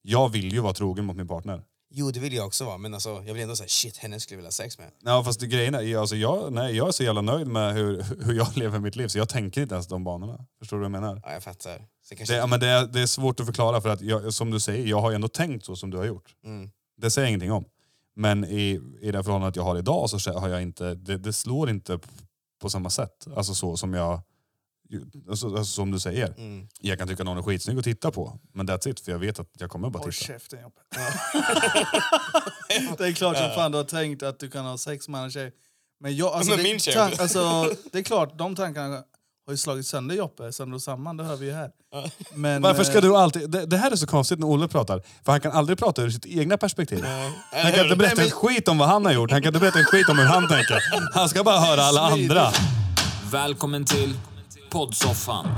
Jag vill ju vara trogen mot min partner. Jo, det vill jag också vara. Men alltså, jag vill ändå säga, shit, henne skulle jag vilja ha sex med. Ja, fast det grejen är, alltså jag är så jävla nöjd med hur jag lever mitt liv. Så jag tänker inte ens de banorna. Förstår du vad jag menar? Ja, jag fattar. Det är svårt att förklara för att, som du säger, jag har ju ändå tänkt så som du har gjort. Det säger jag ingenting om. Men i det förhållandet jag har idag så har jag inte, det slår inte på samma sätt. Alltså så som jag, alltså som du säger. Jag kan tycka någon är skitsnygg att titta på. Men that's it, för jag vet att jag kommer bara titta. Käften, Joppe. Det är klart som fan du har tänkt att du kan ha sex med en tjej. Men jag, alltså, men min tjej. det är klart, de tankarna har ju slagit sönder Joppe, sönder och samman, det hör vi ju här. Men, varför ska du alltid... Det här är så konstigt när Olle pratar. För han kan aldrig prata ur sitt egna perspektiv. Han kan inte berätta ett skit om vad han har gjort. Han kan inte berätta ett skit om hur han tänker. Han ska bara höra alla andra. Välkommen till Poddsoffan.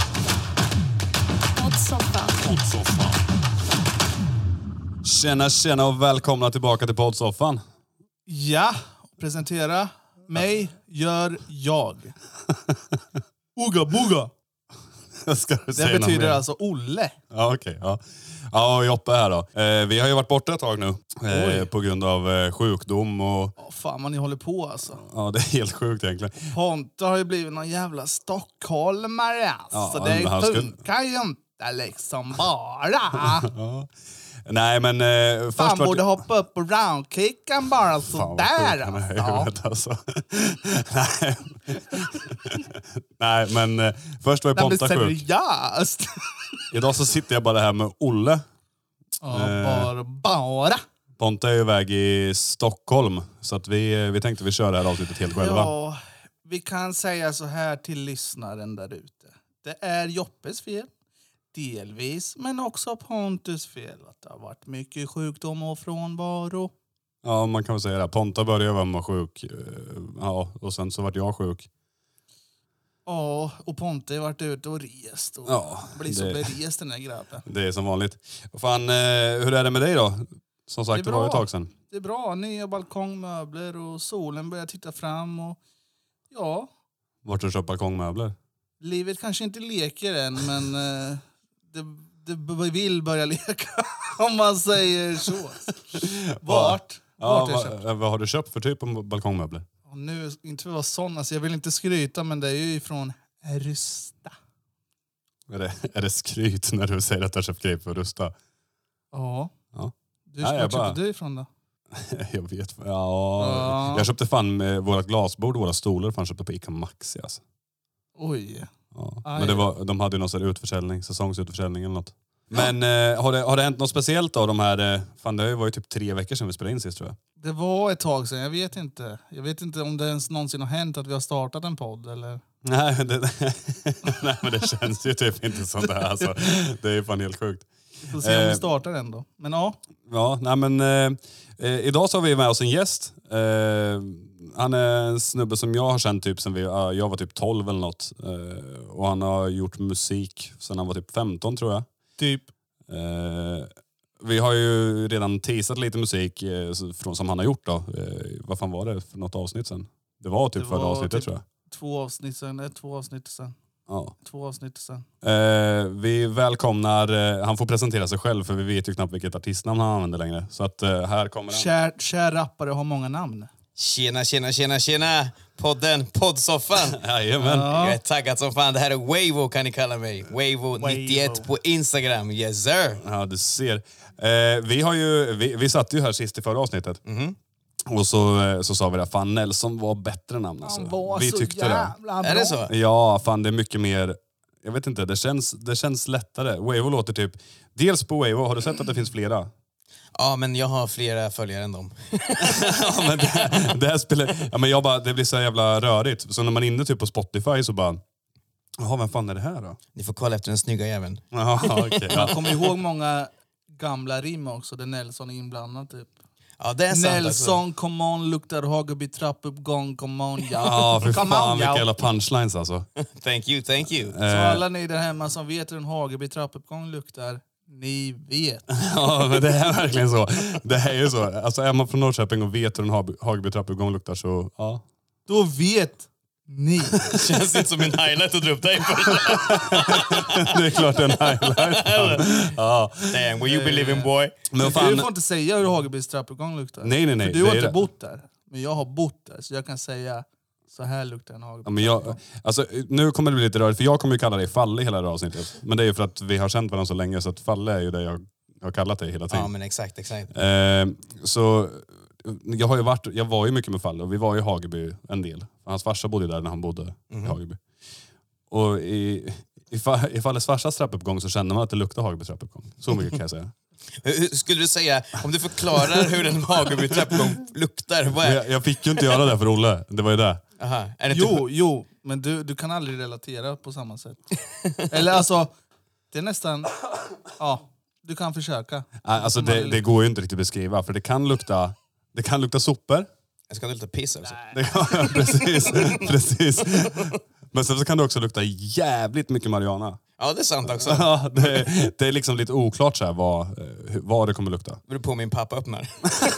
Tjena och välkomna tillbaka till Poddsoffan. Ja, presentera mig gör jag. Uga buga. Det betyder alltså Olle. Ja, okej. Ja. Ja, och Joppe här då. Vi har ju varit borta ett tag nu. På grund av sjukdom och... Fan vad ni håller på alltså. Ja, det är helt sjukt egentligen. Ponta har ju blivit någon jävla stockholmare alltså. Ja, det funkar ju inte liksom bara. Ja. Nej, men fan borde hoppa upp och roundkickan bara sådär alltså. Nej, men först var ju Ponta sjuk. Seriöst. Idag så sitter jag bara här med Olle. Ja, bara. Ponta är ju iväg i Stockholm. Så att vi tänkte vi kör det här avsnittet helt själva. Ja, vi kan säga så här till lyssnaren där ute. Det är Joppes fel. Delvis, men också Pontus fel. Att det har varit mycket sjukdom och frånvaro. Ja, man kan väl säga det. Ponta började vara sjuk. Ja, och sen så vart jag sjuk. Ja, och Ponte har varit ute och rest. Och blir så berest den här grabben. Det är som vanligt. Och fan, hur är det med dig då? Som sagt, det var ett tag sedan. Det är bra. Nya balkongmöbler och solen börjar titta fram. Och ja. Vart du köpt balkongmöbler? Livet kanske inte leker än, men det vill börja leka. Om man säger så. Vart vad har du köpt för typ av balkongmöbler? Och nu, inte för att vara sån, alltså jag vill inte skryta, men det är ju från Rusta. Är det skryt när du säger att du har köpt grejer för Rusta? Ja. Vart köpte du ifrån då? Jag vet. Ja. Jag köpte fan med våra glasbord och våra stolar. Fan köpte på Ica Maxi alltså. Oj. Ja. Men de hade ju någon sån utförsäljning, säsongsutförsäljning eller något. Men har det hänt något speciellt av de här... Fan, det var ju typ 3 veckor sedan vi spelade in sist, tror jag. Det var ett tag sedan, jag vet inte. Jag vet inte om det ens någonsin har hänt att vi har startat en podd, eller... Nej, men det känns ju typ inte sånt där. Alltså. Det är ju fan helt sjukt. Vi får se om vi startar ändå. Men ja. Ja, nej men... idag så har vi med oss en gäst. Han är en snubbe som jag har känt typ sen jag var typ 12 eller något. Och han har gjort musik sen han var typ 15, tror jag. Typ. Vi har ju redan teasat lite musik som han har gjort då. Vad fan var det för något avsnitt sen? Det var typ förra avsnittet, typ, tror jag. 2 avsnitt sen. 2 avsnitt sen. Ja. 2 avsnitt sen. Vi välkomnar... han får presentera sig själv, för vi vet ju knappt vilket artistnamn han använder längre. Så att här kommer han. Kär rappare har många namn. Tjena. Poddsoffan. Jajamän. Jag är taggad som fan. Det här är Wavo, kan ni kalla mig. Wavo91 på Instagram. Yes sir. Ja, du ser. Vi satt ju här sist i förra avsnittet. Och så sa vi det, fan Nelson var bättre namn alltså. Han var vi så tyckte jävla bra. Är det så? Ja, fan det är mycket mer... Jag vet inte, det känns lättare. Wavo låter typ... Dels på Wavo, har du sett att det finns flera? Ja, men jag har flera följare än dem. Ja, men det här spelar... Ja, men det blir så jävla rörigt. Så när man är inne typ på Spotify så bara... Jaha, vem fan är det här då? Ni får kolla efter den snygga jäveln. Jaha, okej. Jag kommer ihåg många gamla rim också, där Nelson är inblandad typ. Ja, det är sant. Nelson, alltså. come on, luktar Hageby trappuppgång, come on, Ja, för fan vilka jävla punchlines alltså. Thank you. Så alla ni där hemma som vet hur en Hageby trappuppgång luktar, ni vet. Ja, men det är verkligen så. Det är ju så. Alltså är man från Norrköping och vet hur en Hageby trappuppgång luktar så, ja. Då vet Ni. Känns inte som en highlight att dra upp dig. Det är klart en highlight. Ja. Damn, will you believe in boy? Men fan, Du får inte säga hur Hagebys trappuppgång luktar. Nej. För du har det är inte det. bott där. Men jag har bott där. Så jag kan säga, så här luktar en Hageby. Ja, men alltså, nu kommer det bli lite rörigt, för jag kommer ju kalla dig Falle hela det här avsnittet. Men det är ju för att vi har känt varandra så länge, så att Falle är ju det jag har kallat dig hela tiden. Ja, men exakt. Så jag var ju mycket med Falle, och vi var i Hageby en del. Hans farsa bodde där när han bodde i Hageby. Och i Falles farsas trappuppgång så kände man att det luktade Hageby trappuppgång. Så mycket kan jag säga. Hur skulle du säga, om du förklarar hur en Hageby trappuppgång luktar? Vad är... Jag fick ju inte göra det för Olle, det var ju det. Aha. Är det Jo, men du kan aldrig relatera på samma sätt. Eller alltså, det är nästan... Ja, du kan försöka. Alltså det går ju inte riktigt att beskriva, för det kan lukta sopor. Jag ska lukta piss också. Precis. Men sen så kan det också lukta jävligt mycket marijuana. Ja, det är sant också. Ja, det är liksom lite oklart så här vad det kommer lukta. Beror på min pappa öppnar.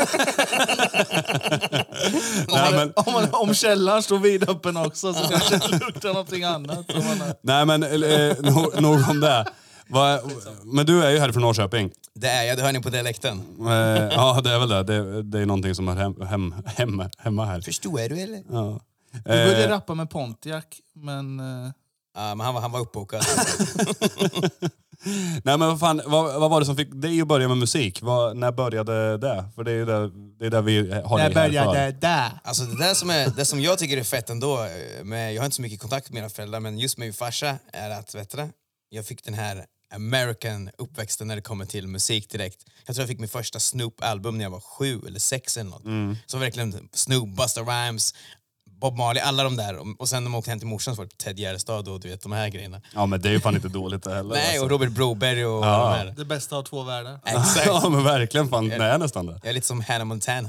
Om källaren står vidöppen också så kanske det luktar någonting annat. Nej, men nog om det. Men du är ju här från Norrköping. Det är jag, det hör ni på dialekten. Ja, det är väl det. Det är någonting som är hemma här. Förstår du eller? Ja. Du började rappa med Pontiac, men... Ja, men han var uppbokad. Nej, men vad fan, vad var det som fick dig att börja med musik? När började det? För det är där vi har När det här började för. det? Alltså det som jag tycker är fett ändå, jag har inte så mycket kontakt med mina föräldrar, men just med min farsa är att, vet du, jag fick den här American uppväxten när det kommer till musik direkt. Jag tror jag fick min första Snoop-album när jag var 7 eller 6 eller något. Så verkligen Snoop, Busta Rhymes, Bob Marley, alla de där. Och sen när de åkte hem till morsan så var det Ted Gärdestad och du vet de här grejerna. Ja, men det är ju fan inte dåligt det heller. Nej, alltså. och Robert Broberg och de här. Det bästa av två världar. Exakt. Ja, men verkligen fan, det är nästan det. Jag är lite som Hannah Montana.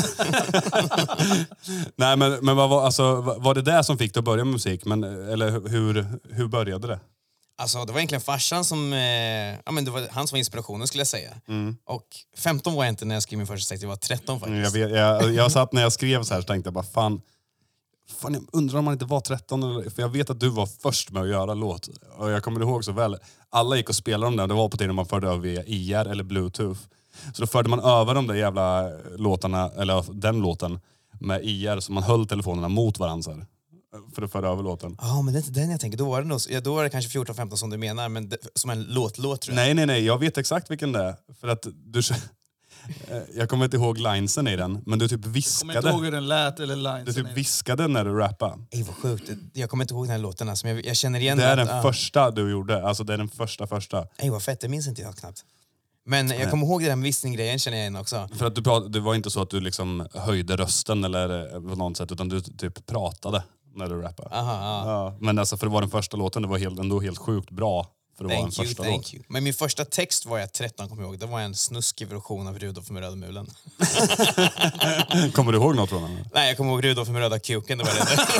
Nej, men var det där som fick dig att börja med musik? Eller hur började det? Alltså det var egentligen farsan som, det var han som var inspirationen skulle jag säga. Och 15 var jag inte när jag skrev min första text, jag var 13 faktiskt. Jag satt när jag skrev så här så tänkte jag bara fan jag undrar om man inte var 13 eller, för jag vet att du var först med att göra låt. Och jag kommer ihåg så väl, alla gick och spelade dem där, det var på tiden man förde över via IR eller Bluetooth. Så då förde man över de där jävla låtarna, eller den låten med IR, så man höll telefonerna mot varandra så här, för att föra över låten. Ja, men det är inte den jag tänker. Då var det kanske 14-15 som du menar, men som en låt tror jag. Nej, jag vet exakt vilken det är. För att du... Jag kommer inte ihåg linesen i den, men du typ viskade. Jag kommer inte ihåg hur den lät eller linesen. Du typ viskade när du rappade. Ej, vad sjukt. Jag kommer inte ihåg den här låten. Alltså, men jag känner igen det är den första du gjorde. Alltså det är den första. Ej, vad fett. Det minns inte jag knappt. Men jag kommer ihåg den här viskning-grejen, känner jag igen också. För att det var inte så att du liksom höjde rösten eller på något sätt, utan du typ pratade när du rappade. Ja, men alltså för det var den första låten, det var ändå helt sjukt bra. För det var en första låt. Men min första text var jag 13, kommer jag ihåg. Det var en snuskig version av Rudolf med röda mulen. Kommer du ihåg något från den? Nej, jag kommer ihåg Rudolf med röda kuken. Det var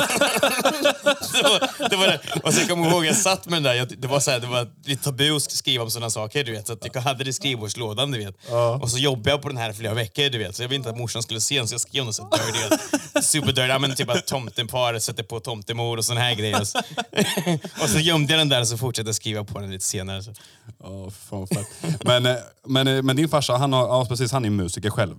det. var det. Och så jag kommer ihåg, jag satt med den där. Det var lite tabu att skriva om sådana saker, du vet. Så att jag hade det i skrivbordslådan, du vet. Och så jobbade jag på den här flera veckor, du vet. Så jag ville inte att morsan skulle se den, så jag skrev något så dirty. Super dirty. Ja, men typ att tomtenpar sätter på tomtemor och sån här grejer. Och så gömde jag den där och så fortsatte jag skriva på den lite senare. Fan fett. Men din farsa, han är musiker själv.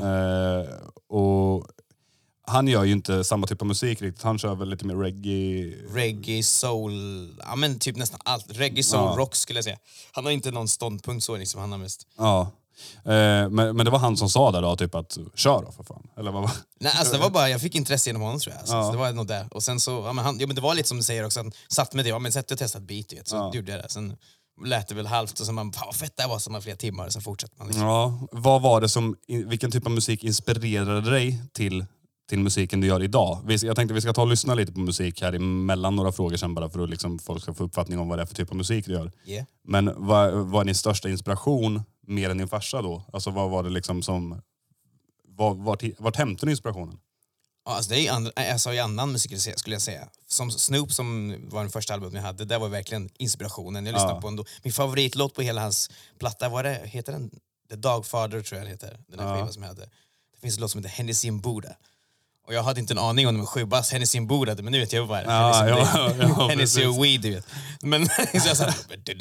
Och han gör ju inte samma typ av musik riktigt. Han kör väl lite mer reggae, soul, ja men typ nästan allt. Reggae, soul, rock skulle jag säga. Han har inte någon ståndpunkt så liksom, han har mest. Ja. Men det var han som sa där då, typ att kör då för fan. Eller vad var? Nej, alltså det var bara, jag fick intresse genom honom tror jag. Så det var nog där. Och sen så, men det var lite som du säger också, han satt med det, men sätt och testa ett beat, vet. Så gjorde jag det. Sen lät det väl halvt och sen man, vad fett det var, som flera timmar och sen fortsatte man liksom. Ja, vad var det vilken typ av musik inspirerade dig till musiken du gör idag? Jag tänkte vi ska ta och lyssna lite på musik här emellan några frågor sen, bara för att liksom folk ska få uppfattning om vad det är för typ av musik du gör. Yeah. Men vad är din största inspiration mer än din farsa då? Alltså vad var det liksom som... Vart hämtade du inspirationen? Ja, alltså det är i annan musik skulle jag säga. Som Snoop, som var den första albumet jag hade, det var verkligen inspirationen. Jag lyssnade på min favoritlåt på hela hans platta, heter den? The Dogfather tror jag den heter. Den här skivan som jag hade. Det finns en låt som heter Hennessy and Buddha. Och jag hade inte en aning om de 7 bass Hennessy bordade, men nu vet jag vad det Ja, Hennessy och weed, du vet. Men så jag sa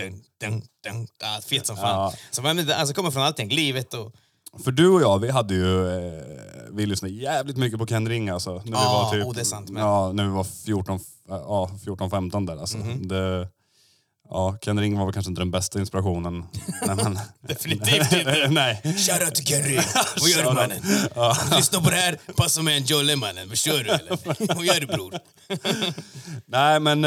fet som fan. Så man alltså kommer från allting, livet och... För du och jag, vi hade ju... vi lyssnade jävligt mycket på Ken Ring alltså. När vi var typ, det är sant. Men... Ja, när vi var 14-15 där alltså. Ken Ring var väl kanske inte den bästa inspirationen. Men, definitivt inte. Nej. Shoutout till Ken Ring. Vad gör du, mannen? Lyssna på det här. Passa med en jolle, mannen. Vad kör du, eller? Vad gör du, bror? Nej, men...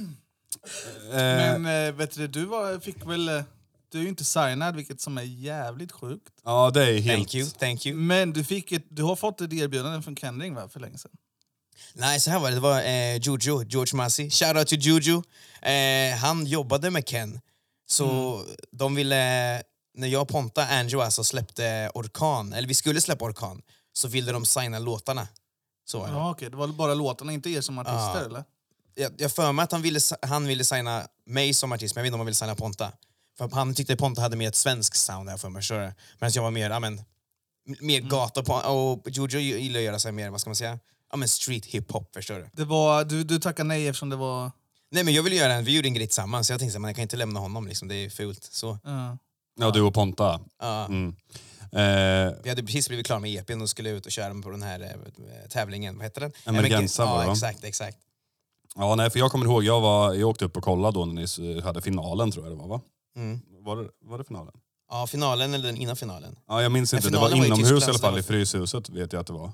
Men vet du, fick väl... Du är ju inte signad, vilket som är jävligt sjukt. Ja, det är helt... Thank you. Men du har fått ett erbjudande från Ken Ring, va, för länge sedan? Nej, så här var det. Det var George Massey. Shoutout till Juju. Han jobbade med Ken. Så de ville... När jag och Ponta, Andrew alltså släppte Orkan, eller vi skulle släppa Orkan, så ville de signa låtarna. Så, ja, okej. Det var bara låtarna, inte er som artister, eller? Jag för mig att han ville signa mig som artist, men jag vet inte om han ville signa Ponta. För han tyckte att Ponta hade mer ett svenskt sound här för mig. Medan jag var mer gata på, och Jojo gillar att göra sig mer, vad ska man säga? Street hiphop, förstår du? Det var, du tackade nej eftersom det var... Nej, men jag ville göra vi gjorde en grej tillsammans, så jag tänkte att man kan inte lämna honom, liksom, det är fult. Så. Ja, du och Ponta. Vi hade precis blivit klara med EPn och skulle ut och köra på den här tävlingen, vad heter den? Emergenza, ja, exakt. Ja, nej, för jag kommer ihåg, jag åkte upp och kollade då när ni hade finalen, tror jag det var, va? Var det finalen? Ja, finalen eller den innan finalen. Ja, jag minns inte, det var inomhus i alla fall, i Fryshuset vet jag att det var.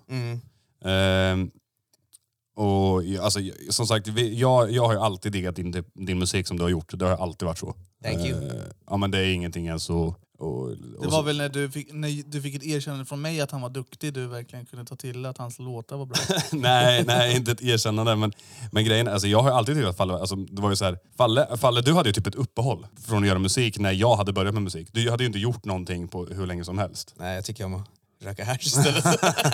Och alltså, som sagt, jag har ju alltid diggat din musik som du har gjort. Det har alltid varit så. Thank you. Ja, men det är ingenting ens så... Det var väl när du fick ett erkännande från mig att han var duktig, du verkligen kunde ta till att hans låtar var bra. nej, inte ett erkännande, men grejen, alltså jag har alltid tyckt att Falle, alltså det var ju så här, Falle, du hade ju typ ett uppehåll från att göra musik när jag hade börjat med musik. Du hade ju inte gjort någonting på hur länge som helst. Nej, jag tycker om att röka hash istället.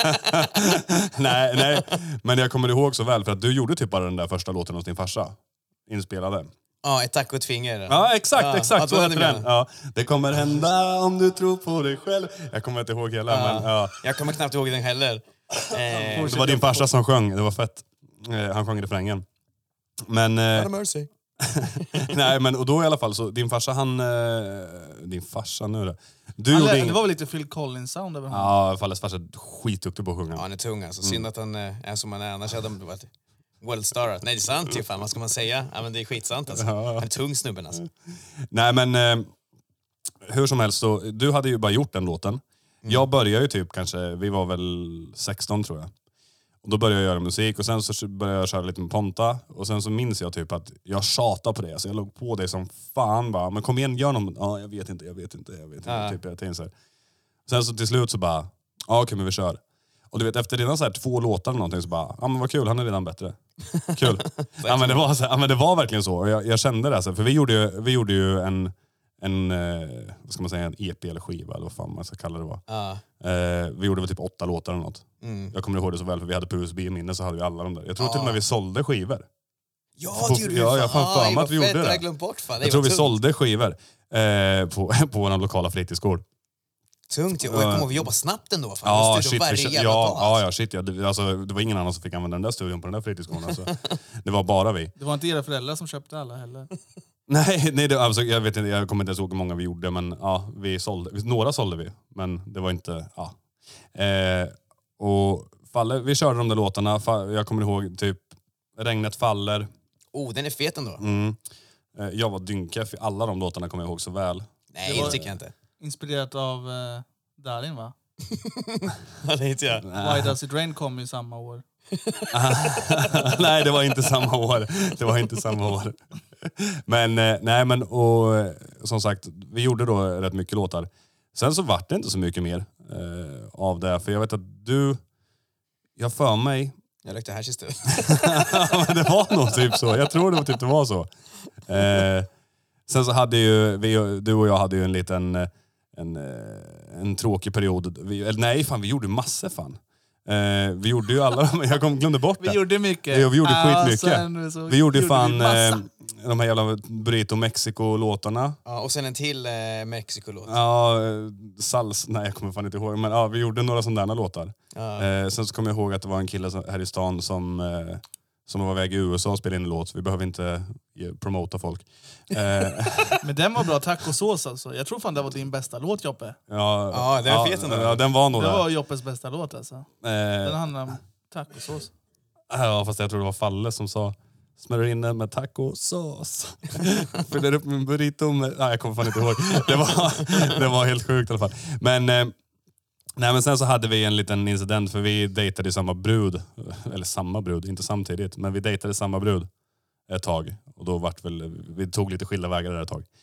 nej, men jag kommer ihåg så väl för att du gjorde typ bara den där första låten hos din farsa, inspelade. Ja, ett tack och ett finger. Ja, exakt. Så heter den. Ja, det kommer hända om du tror på dig själv. Jag kommer inte ihåg hela, men ja. Jag kommer knappt ihåg den heller. Det var din farsa som sjöng, det var fett. Han sjöng refrängen. Men... mercy. Nej, men och då i alla fall så din farsa din farsa nu då. Det var väl lite Phil Collins sound över honom. Ja, Falles farsa är skitduktig på att sjunga. Ja, han är tung alltså. Synd att han är som han är. Annars hade han varit worldstar. Nej, det är sant ju fan. Vad ska man säga? Ja, men det är skitsant alltså. Han är tung, snubben alltså. Nej, men hur som helst så, du hade ju bara gjort den låten. Jag började ju typ kanske, vi var väl 16 tror jag. Och då började jag göra musik och sen så började jag köra lite med Ponta. Och sen så minns jag typ att jag tjatade på det. Så jag låg på det som fan bara. Men kom igen, gör någon. Ja, jag vet inte. Typ jag tänkte så här. Sen så till slut så bara, ja okej, men vi kör. Och du vet, efter redan så här 2 låtar eller någonting så bara, ja men vad kul, han är redan bättre. Kul. Ja men det var så här, ja men det var verkligen så. Och jag kände det så, för vi gjorde ju en vad ska man säga, en EP eller skiva eller vad fan man ska kalla det var. Vi gjorde väl typ 8 låtar eller något. Jag kommer ihåg det så väl för vi hade på USB i minne, så hade vi alla de där. Jag tror till och med vi sålde skivor. Ja, det gjorde vi. Ja, jag fan för mig att vi gjorde det. Jag glömt bort, fan. Jag tror vi sålde skivor på våra lokala fritidsgård. Tungt, och jag kommer ihåg vi jobba snabbt ändå. Fan. Ja, shit, varje jävla dag. Shit. Alltså, det var ingen annan som fick använda den där studion på den där fritidsgården. Alltså. Det var bara vi. Det var inte era föräldrar som köpte alla heller. Nej alltså, jag vet inte, jag kommer inte ens ihåg hur många vi gjorde, men ja, några sålde vi, men det var inte, ja. Och vi körde de där låtarna, jag kommer ihåg typ Regnet faller. Den är fet ändå. Jag var dynkeff, alla de låtarna kommer jag ihåg så väl. Nej, det tycker jag inte. Inspirerat av Darin, va? Ja, det inte jag. Why Does It Rain kom i samma år. Nej, det var inte samma år. Men nej, men och som sagt, vi gjorde då rätt mycket låtar. Sen så var det inte så mycket mer av det, för jag vet att jag för mig. Jag rökte hasch istället. Men det var nog typ så. Jag tror det var så. Sen så hade ju du och jag hade ju en liten en tråkig period. Vi gjorde massor fan. Vi gjorde ju alla, jag glömde bort det. Vi gjorde mycket. Vi gjorde skitmycket. Vi gjorde fan de här jävla Burrito Mexico-låtarna. Ja, och sen en till Mexico-låt. Ja, nej jag kommer fan inte ihåg. Men ja, vi gjorde några sådana låtar. Ja. Sen så kommer jag ihåg att det var en kille här i stan som var väg i USA och spelade in en låt. Vi behöver inte promota folk. Men den var bra, tacosås alltså. Jag tror fan det var din bästa låt, Joppe. Ja, den är fet ändå. Ja, den var nog Det det. var Joppes bästa låt alltså. Den handlar om tacosås. Ja, fast jag tror det var Falle som sa smörjer in den med tacosås. Fyller upp min burrito med... Nej, jag kommer fan inte ihåg. Det var helt sjukt i alla fall. Men sen så hade vi en liten incident, för vi dejtade samma brud. Eller samma brud, inte samtidigt. Men vi dejtade samma brud ett tag. Och då vart vi tog lite skilda vägar där ett tag.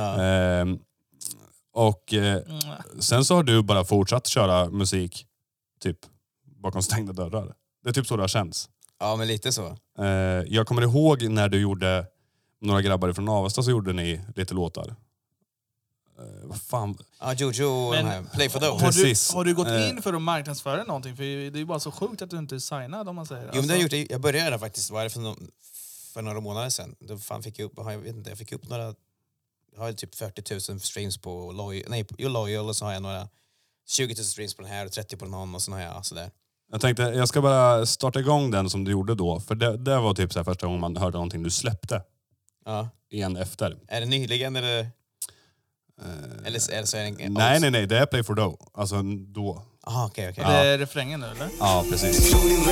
Sen så har du bara fortsatt köra musik typ bakom stängda dörrar. Det är typ så det har känts. Ja, men lite så. Jag kommer ihåg när du gjorde några grabbar från Avesta, så gjorde ni lite låtar. Vad fan? Ja, Jojo, de här Play for Dough. Har du gått in för att marknadsföra någonting? För det är ju bara så sjukt att du inte är signad, om man säger. Jo, men det har jag gjort. Jag började faktiskt, var det för några månader sedan. Då fan fick jag upp, jag fick upp några, jag har typ 40 000 streams på Loyal, och så har jag några 20 000 streams på den här och 30 på den här, och sen har jag sådär. Jag tänkte, jag ska bara starta igång den som du gjorde då. För det var typ så här första gången man hörde någonting du släppte. Ja. En efter. Är det nyligen eller? Eller så är det en Nej, det är Play for Dough. Alltså då. Aha, okej. Det är refrängen nu, eller? Ja, precis.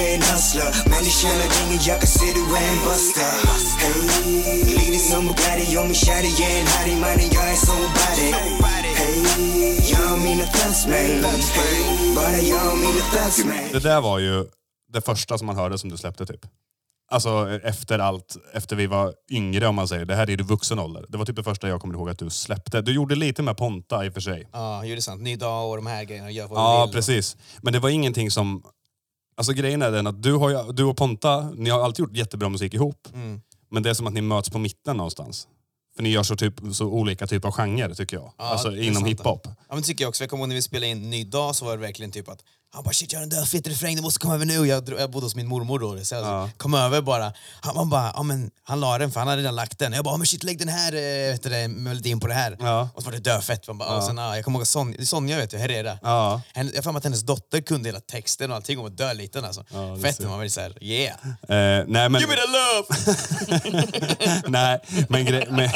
Det där var ju det första som man hörde som du släppte typ. Alltså efter vi var yngre, om man säger. Det här är ju vuxen ålder. Det var typ det första jag kommer ihåg att du släppte. Du gjorde lite med Ponta i och för sig. Ja, det är sant. Ny dag och de här grejerna. Ja, precis. Men det var ingenting som... Alltså grejen är den att du och Ponta, ni har alltid gjort jättebra musik ihop. Mm. Men det är som att ni möts på mitten någonstans. För ni gör så olika typer av genre, tycker jag. Ja, alltså inom hiphop. Ja, men tycker jag också. Jag kommer ihåg när vi spelade in Ny dag, så var det verkligen typ att han bara, shit, jag har en dödfet refräng, du måste komma över nu. Jag bodde hos min mormor då, så jag kom över bara. Han bara, ja men han la den, för han hade redan lagt den. Jag bara, men shit, lägg den här melodin på det här. Ja. Och så var det dödfett. Och sen, jag kommer ihåg Sonja, vet du, Herrera. Ja. Jag fann att hennes dotter kunde hela texten och allting, och var döliten alltså. Ja, fett, man var väldigt såhär, yeah. Nej, men... Give me the love! Nej, men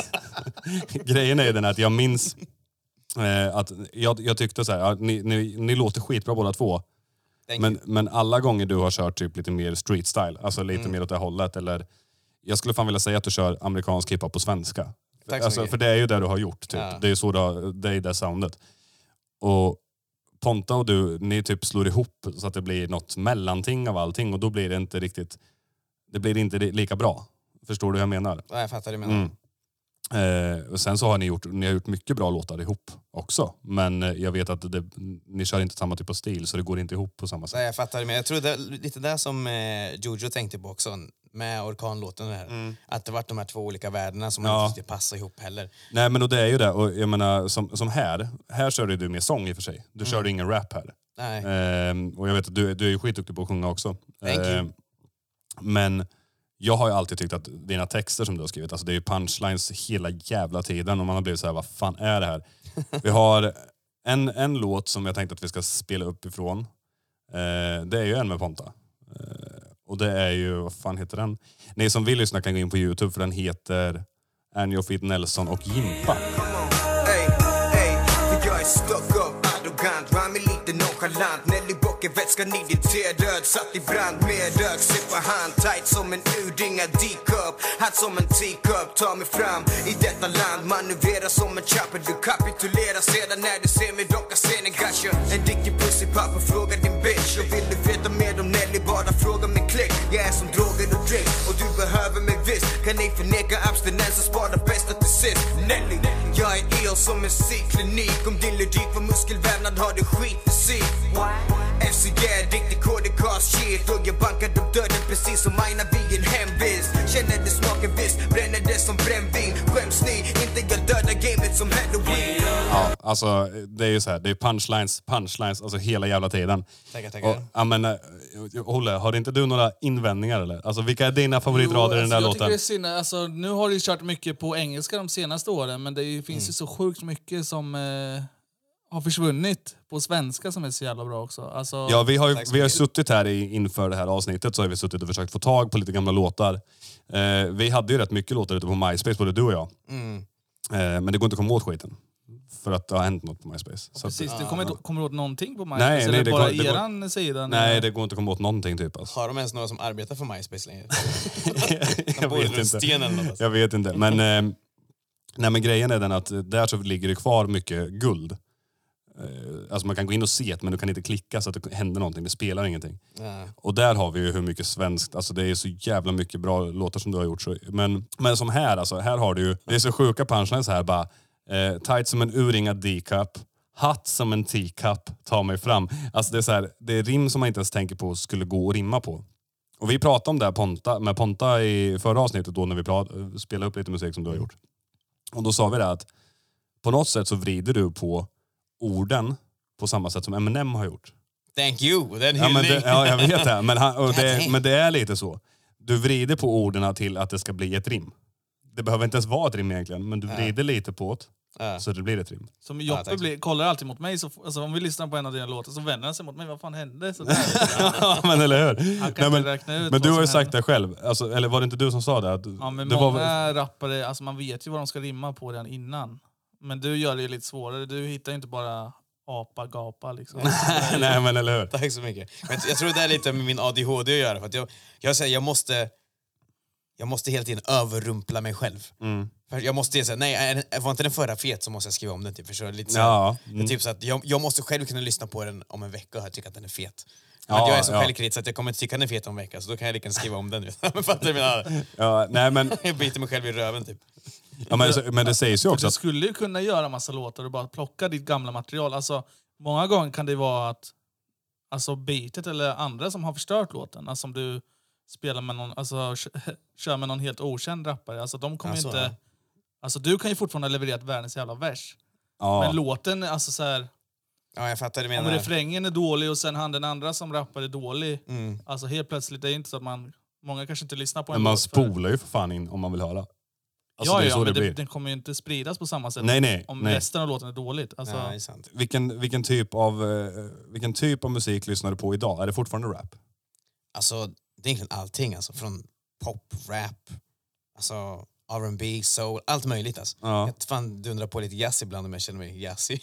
grejen är den att jag minns att jag tyckte så här, ni låter skitbra båda två. Men alla gånger du har kört typ lite mer street style, alltså lite mer åt det hållet, eller jag skulle fan vilja säga att du kör amerikansk hiphop på svenska. Alltså, för det är ju det du har gjort typ. Ja. Det är ju så det är det soundet. Och Ponta och du, ni typ slår ihop så att det blir något mellanting av allting, och då blir det inte riktigt, det blir inte lika bra. Förstår du hur jag menar? Ja, jag fattar det, menar. Och sen så har ni har gjort mycket bra låtar ihop också. Men jag vet att ni kör inte samma typ av stil, så det går inte ihop på samma sätt. Nej, jag fattar det, men jag tror det är lite där som Jojo tänkte på också med orkanlåten där. Att det var de här två olika världarna som inte riktigt passar ihop heller. Nej, men det är ju det. Och jag menar, som här kör du med sång i och för sig. Du kör ingen rap här. Nej. Och jag vet att du är ju skitduktig på att sjunga också. Thank you. Men jag har ju alltid tyckt att dina texter som du har skrivit, alltså det är ju punchlines hela jävla tiden, och man har blivit så här, vad fan är det här? Vi har en låt som jag tänkte att vi ska spela upp ifrån. Det är ju en med Ponta. Och det är ju, vad fan heter den? Ni som vill lyssna kan gå in på YouTube, för den heter Anjo Fit Nelson och Jimpa. Nelly bocken vätskan i din tedöd. Satt i brand med död. Sippar hand tight som en udinga D-cup. Hatt som en teacup. Ta mig fram i detta land. Manövrerar som en chopper. Du kapitulerar sedan när du ser mig docka scenen. Gasha, en dickig pussy pappa. Fråga din bitch. Och vill du veta mer om Nelly, bara fråga min klick. Jag är som droger och drink. Och du behöver mig visst. Kan ej förneka abstinens och spara bästa till sist. Nelly, jag är el som en C-klinik. Om din logik var muskelvävnad har du skit i sig. FCG, riktig KDKs shit. Och jag bankar upp dörren precis som Aina vid en hemvist. Känner det smaken visst, bränner det som brännvin. Skäms ni, inte jag dödar gamet som Halloween. Ja, Alltså det är ju så här, det är punchlines, alltså hela jävla tiden. Tackar. Och, ja, men, Olle, har inte du några invändningar eller? Alltså vilka är dina favoritrader i den där jag låten? tycker det är synd. Alltså, nu har du kört mycket på engelska de senaste åren, men det finns ju så sjukt mycket som har försvunnit på svenska som är så jävla bra också. Alltså, Ja, vi har suttit här inför det här avsnittet så har vi suttit och försökt få tag på lite gamla låtar. Vi hade ju rätt mycket låtar ute på MySpace, både du och jag. Men det går inte att komma åt skiten. För att det har hänt något på MySpace. Så precis, du kommer åt någonting på MySpace? Nej, eller det bara går, eran sida? Nej, det går inte att komma åt någonting typ. Alltså. Har de ens några som arbetar för MySpace längre? Jag vet inte. Stenen eller något. Jag vet inte. Men, nej, men grejen är den att där så ligger det kvar mycket guld. Alltså man kan gå in och se det, men du kan inte klicka så att det händer någonting. Det spelar ingenting. Och där har vi ju hur mycket svenskt, alltså det är så jävla mycket bra låtar som du har gjort. Så, men som här, alltså här har du ju, det är så sjuka punchlines här bara. Tight som en urringad D-cup. Hatt som en teacup. Ta mig fram. Alltså det är så här, det är rim som man inte ens tänker på skulle gå att rimma på. Och vi pratade om det här med Ponta i förra avsnittet då när vi spelade upp lite musik som du har gjort. Och då sa vi det att på något sätt så vrider du på orden på samma sätt som Eminem har gjort. Thank you, den hyllning. Ja, jag vet det. Men det är lite så. Du vrider på orden till att det ska bli ett rim. Det behöver inte ens vara ett rim egentligen, men du vrider lite på det så det blir ett rim. Som Joppe kollar alltid mot mig, så, alltså, om vi lyssnar på en av dina låtar så vänder han sig mot mig. Vad fan hände? Så ja, men eller hur? Han kan inte räkna ut. Men du har ju sagt det själv. Alltså, eller var det inte du som sa det? Att ja, men det många rappare, alltså man vet ju vad de ska rimma på redan innan. Men du gör det ju lite svårare. Du hittar ju inte bara apa, gapa liksom. Nej, men eller hur? Tack så mycket. Men jag tror det är lite med min ADHD att göra. För att jag säger, jag måste hela tiden överrumpla mig själv. För jag måste säga, nej, var inte den förra fet så måste jag skriva om den. Typ, för lite så typ så att jag måste själv kunna lyssna på den om en vecka och tycka att den är fet. Men jag är så självkritisk så att jag kommer inte tycka att den är fet om en vecka. Så då kan jag lika skriva om den. Jag biter mig själv i röven typ. Ja, men det sägs ju också att du skulle ju kunna göra massa låtar och bara plocka ditt gamla material. Alltså, många gånger kan det vara att alltså beatet eller andra som har förstört låten, alltså om du spelar med någon, alltså kör med någon helt okänd rappare, alltså de kommer inte, alltså du kan ju fortfarande leverera ett världens jävla vers. Men låten, alltså så här, ja, jag fattar det menar. Om refrängen är dålig och sen han den andra som rappar är dålig, alltså helt plötsligt, det är inte så att många kanske inte lyssnar på en. Men man spolar ju för fan in om man vill höra. Alltså, men den kommer ju inte spridas på samma sätt om resten av låten är dåligt. Alltså, ja, det är sant. Vilken typ av musik lyssnar du på idag? Är det fortfarande rap? Alltså, det är egentligen allting. Alltså, från pop, rap, alltså R&B, soul, allt möjligt. Alltså. Ja. Jag fan dundrar på lite jazz ibland om jag känner mig jazzig.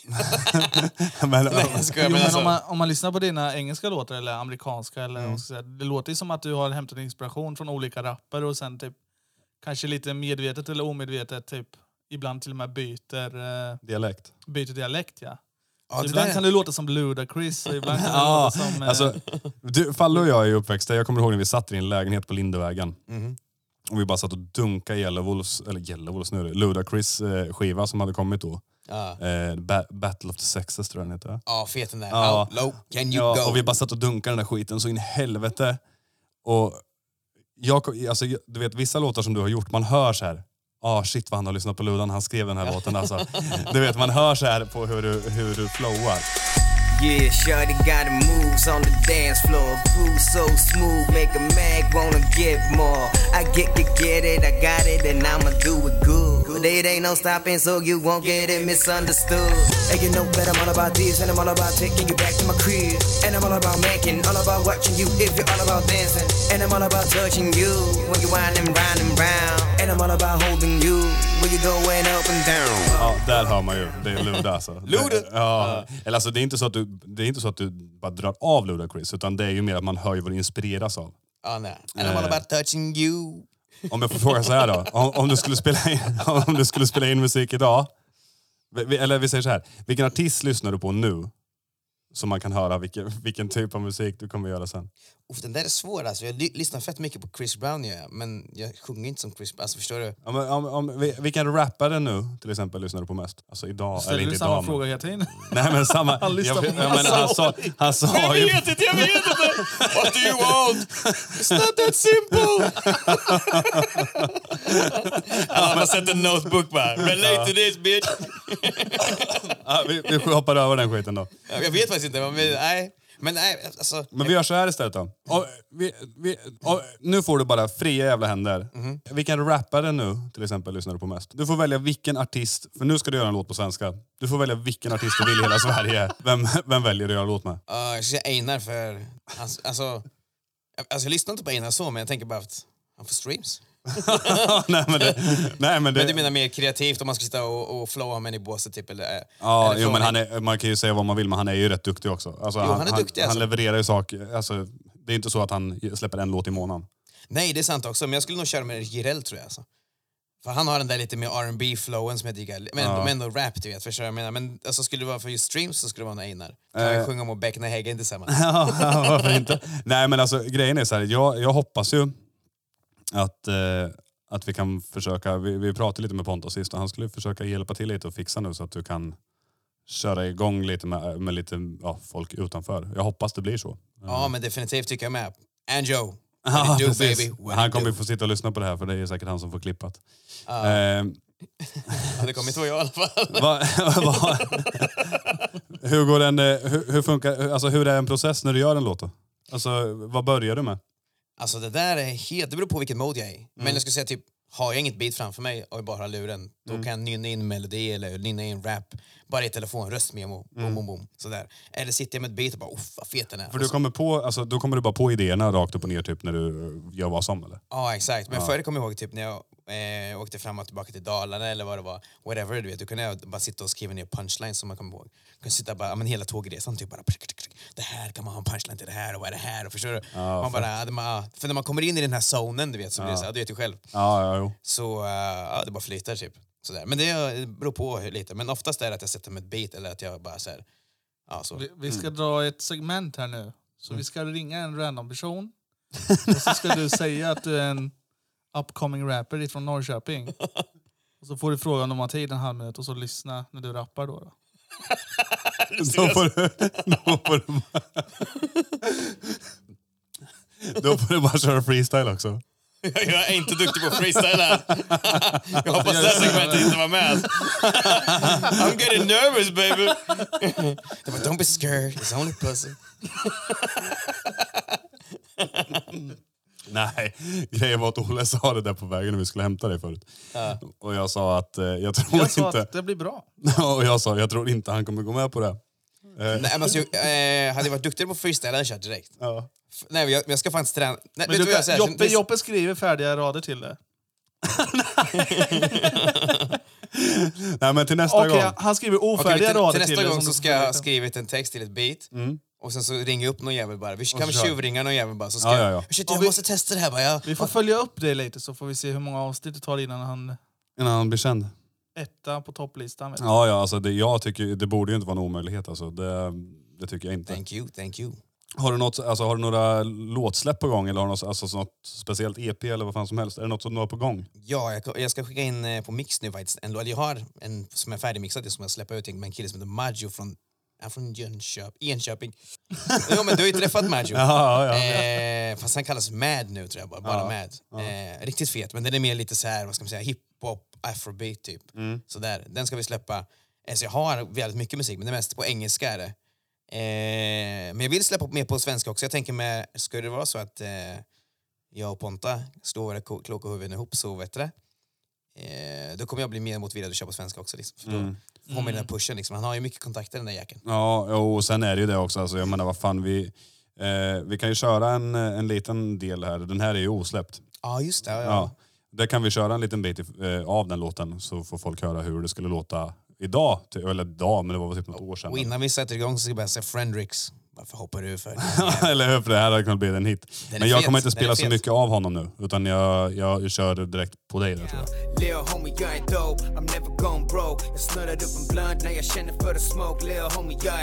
Om man lyssnar på dina engelska låtar eller amerikanska, eller det låter ju som att du har hämtat inspiration från olika rappare och sen typ kanske lite medvetet eller omedvetet typ ibland till och med byter dialekt, ja. Så ibland kan det låta som Ludacris och ibland kan det låta som... Alltså, Falle och jag är uppväxta. Jag kommer ihåg när vi satt i en lägenhet på Lindevägen. Och vi bara satt och dunkade Yellowwolves nu, Ludacris skiva som hade kommit då. Battle of the Sexes tror jag den heter. Ja, fet den där. How low can you go? Och vi bara satt och dunkade den där skiten så in i helvete. Och alltså, du vet, vissa låtar som du har gjort, man hör så här. Shit vad han har lyssnat på Ludan, han skrev den här låten alltså. Du vet, man hör så här på hur du flowar. Yeah, shawty got moves on the dance floor. Groove so smooth, make a mag wanna get more. I get it, I got it, and I'ma do it good. But it ain't no stopping, so you won't get it misunderstood. And you know that I'm all about this, and I'm all about taking you back to my crib. And I'm all about making, all about watching you if you're all about dancing. And I'm all about touching you when you wind and round and round. And I'm all about holding you when you going up and down. Ja, där hör man ju. Det är Luda alltså. Luda? Ja. Eller alltså, det är inte så att du bara drar av Ludacris, utan det är ju mer att man hör ju vad det inspireras av. Nej. And I'm all about touching you. Om jag får fråga så här då. Om du skulle spela in musik idag. Eller vi säger så här. Vilken artist lyssnar du på nu så man kan höra vilken typ av musik du kommer göra sen. Den där är svår alltså. Jag lyssnar fett mycket på Chris Brown, men jag sjunger inte som Chris Brown. Alltså, förstår du? Vilken rappare nu till exempel lyssnar du på mest? Alltså idag, ställer eller du inte samma idag. fråga hela tiden? Nej men samma. Han lyssnar på han sa Jag vet inte! What do you want? It's not that simple! Han har sett en notebook bara. Relate to this bitch! vi hoppar över den skiten då. Jag vet faktiskt inte, men alltså... Men vi gör så här istället då. Och nu får du bara fria jävla händer. Vilken rappare nu till exempel lyssnar du på mest? Du får välja vilken artist, för nu ska du göra en låt på svenska. Du får välja vilken artist du vill i hela Sverige. Vem väljer du att göra en låt med? Jag ska säga Einar för... Alltså, jag lyssnar inte på Einar så, men jag tänker bara att han får streams. Men du menar mer kreativt om man ska sitta och flowa med en i båset typ? Eller, ja, eller men man kan ju säga vad man vill, men han är ju rätt duktig också. Alltså, han är duktig, han levererar ju saker. Alltså, det är inte så att han släpper en låt i månaden. Nej, det är sant också. Men jag skulle nog köra med Jireel, tror jag. Alltså. För han har den där lite mer R&B-flowen som jag diggar. Men ändå rap, du vet. Förstår jag menar. Men alltså, skulle det vara för just streams så skulle det vara en Einar. Kan jag sjunga om Beckna Häggen tillsammans? Ja, varför inte? Nej, men alltså grejen är så här. Jag hoppas ju att vi kan försöka, vi pratade lite med Pontus sist och han skulle försöka hjälpa till lite och fixa nu så att du kan köra igång lite med lite folk utanför. Jag hoppas det blir så. Ja, men definitivt tycker jag med. Anjo, Ja, do, baby. Han kommer ju få sitta och lyssna på det här för det är säkert han som får klippat. Det kommer inte vara jag i alla fall. Hur går den, hur funkar, alltså hur är en process när du gör en låt då? Alltså vad börjar du med? Alltså det där är helt, det beror på vilken mode jag är i. Men jag skulle säga typ, har jag inget beat framför mig och jag bara har luren, då kan jag nynna in melodi eller nynna in rap bara i telefon, röstmemo, boom, boom, boom, sådär. Eller sitter jag med ett beat och bara, vad fet den är. För du kommer på, alltså då kommer du bara på idéerna rakt upp och ner typ när du gör vad som eller? Ja, exakt. Men förr kommer jag ihåg typ när jag åkte fram och tillbaka till Dalarna eller vad det var, whatever, du vet, då kunde jag bara sitta och skriva ner punchlines som man kommer ihåg. Jag kunde sitta bara, men hela tågresan typ bara, det här kan man ha en punchline till det här och vad är det här, och förstår du? Man bara, för när man kommer in i den här zonen, du vet, så blir det så här, du vet ju själv. Ja. Så det bara flyter typ. Sådär. Men det beror på lite. Men oftast är det att jag sätter med ett beat eller att jag bara så här, så. Vi ska dra ett segment här nu. Så vi ska ringa en random person. Och så ska du säga att du är en upcoming rapper från Norrköping. Och så får du frågan om man har tid en halv minut och så lyssna när du rappar då. Då får du bara köra freestyle också. Jag är inte duktig på freestyle. Jag hoppas det här segmentet inte var med. I'm getting nervous, baby. Don't be scared, it's only pussy. Nej, grejen var att Olle sa det där på vägen när vi skulle hämta dig förut. Och jag sa att jag tror inte att det blir bra. och jag sa jag tror inte han kommer gå med på det. Nej, men alltså, hade jag varit duktig på freestyle hade jag kört direkt. Ja. Nej, jag ska faktiskt träna. Nej, Men vet du vad Joppe skriver färdiga rader till det. Nej, men till nästa gång. Han skriver ofärdiga rader till till nästa det. gång så ska jag ha skrivit en text till ett beat. Och sen så ringer jag upp någon jävel bara. Vi kan tjuvringa någon jävel bara. Så ska jag måste testa det här bara. Vi får följa upp det lite så får vi se hur många avsnitt det tar innan han blir känd. Etta på topplistan. Vet Ja, alltså jag tycker det borde ju inte vara en omöjlighet alltså. Det tycker jag inte. Thank you. Har du några låtsläpp på gång eller har du något speciellt EP eller vad fan som helst? Är det något som du har på gång? Ja, jag ska skicka in på mix nu faktiskt. Jag har en som är färdigmixad som jag släpper ut med en kille som heter Maggio från Enköping. Jo, men du har ju träffat Maggio. Ja. Fast han kallas Mad nu tror jag bara Mad. Riktigt fet, men den är mer lite så här, vad ska man säga, hiphop, afrobeat typ. Så där, den ska vi släppa. Så jag har väldigt mycket musik, men det är mest på engelska är det. Men jag vill släppa mer på svenska också. Jag tänker med, skulle det vara så att jag och Ponta står våra kloka huvuden ihop så vet du, då kommer jag bli mer motiverad att köpa svenska också liksom. För då får man den här pushen liksom. Han har ju mycket kontakter den där jäkeln. Ja, och sen är det ju det också. Alltså, jag menar vad fan, vi kan ju köra en liten del här. Den här är ju osläppt. Ja, just det. Ja. Där kan vi köra en liten bit av den låten så får folk höra hur det skulle låta idag. Eller idag, men det var typ något år sedan. Och innan vi sätter igång så ska jag bara säga Friendrix. Varför hoppar du för? Eller hur, för det här hade kunnat bli en hit. Men jag kommer inte spela så mycket av honom nu. Utan jag kör direkt på dig där tror jag. Lil homie, jag är dope, I'm never gone broke. Jag snurrar upp en blunt när jag känner för att smoke. Lil homie, jag är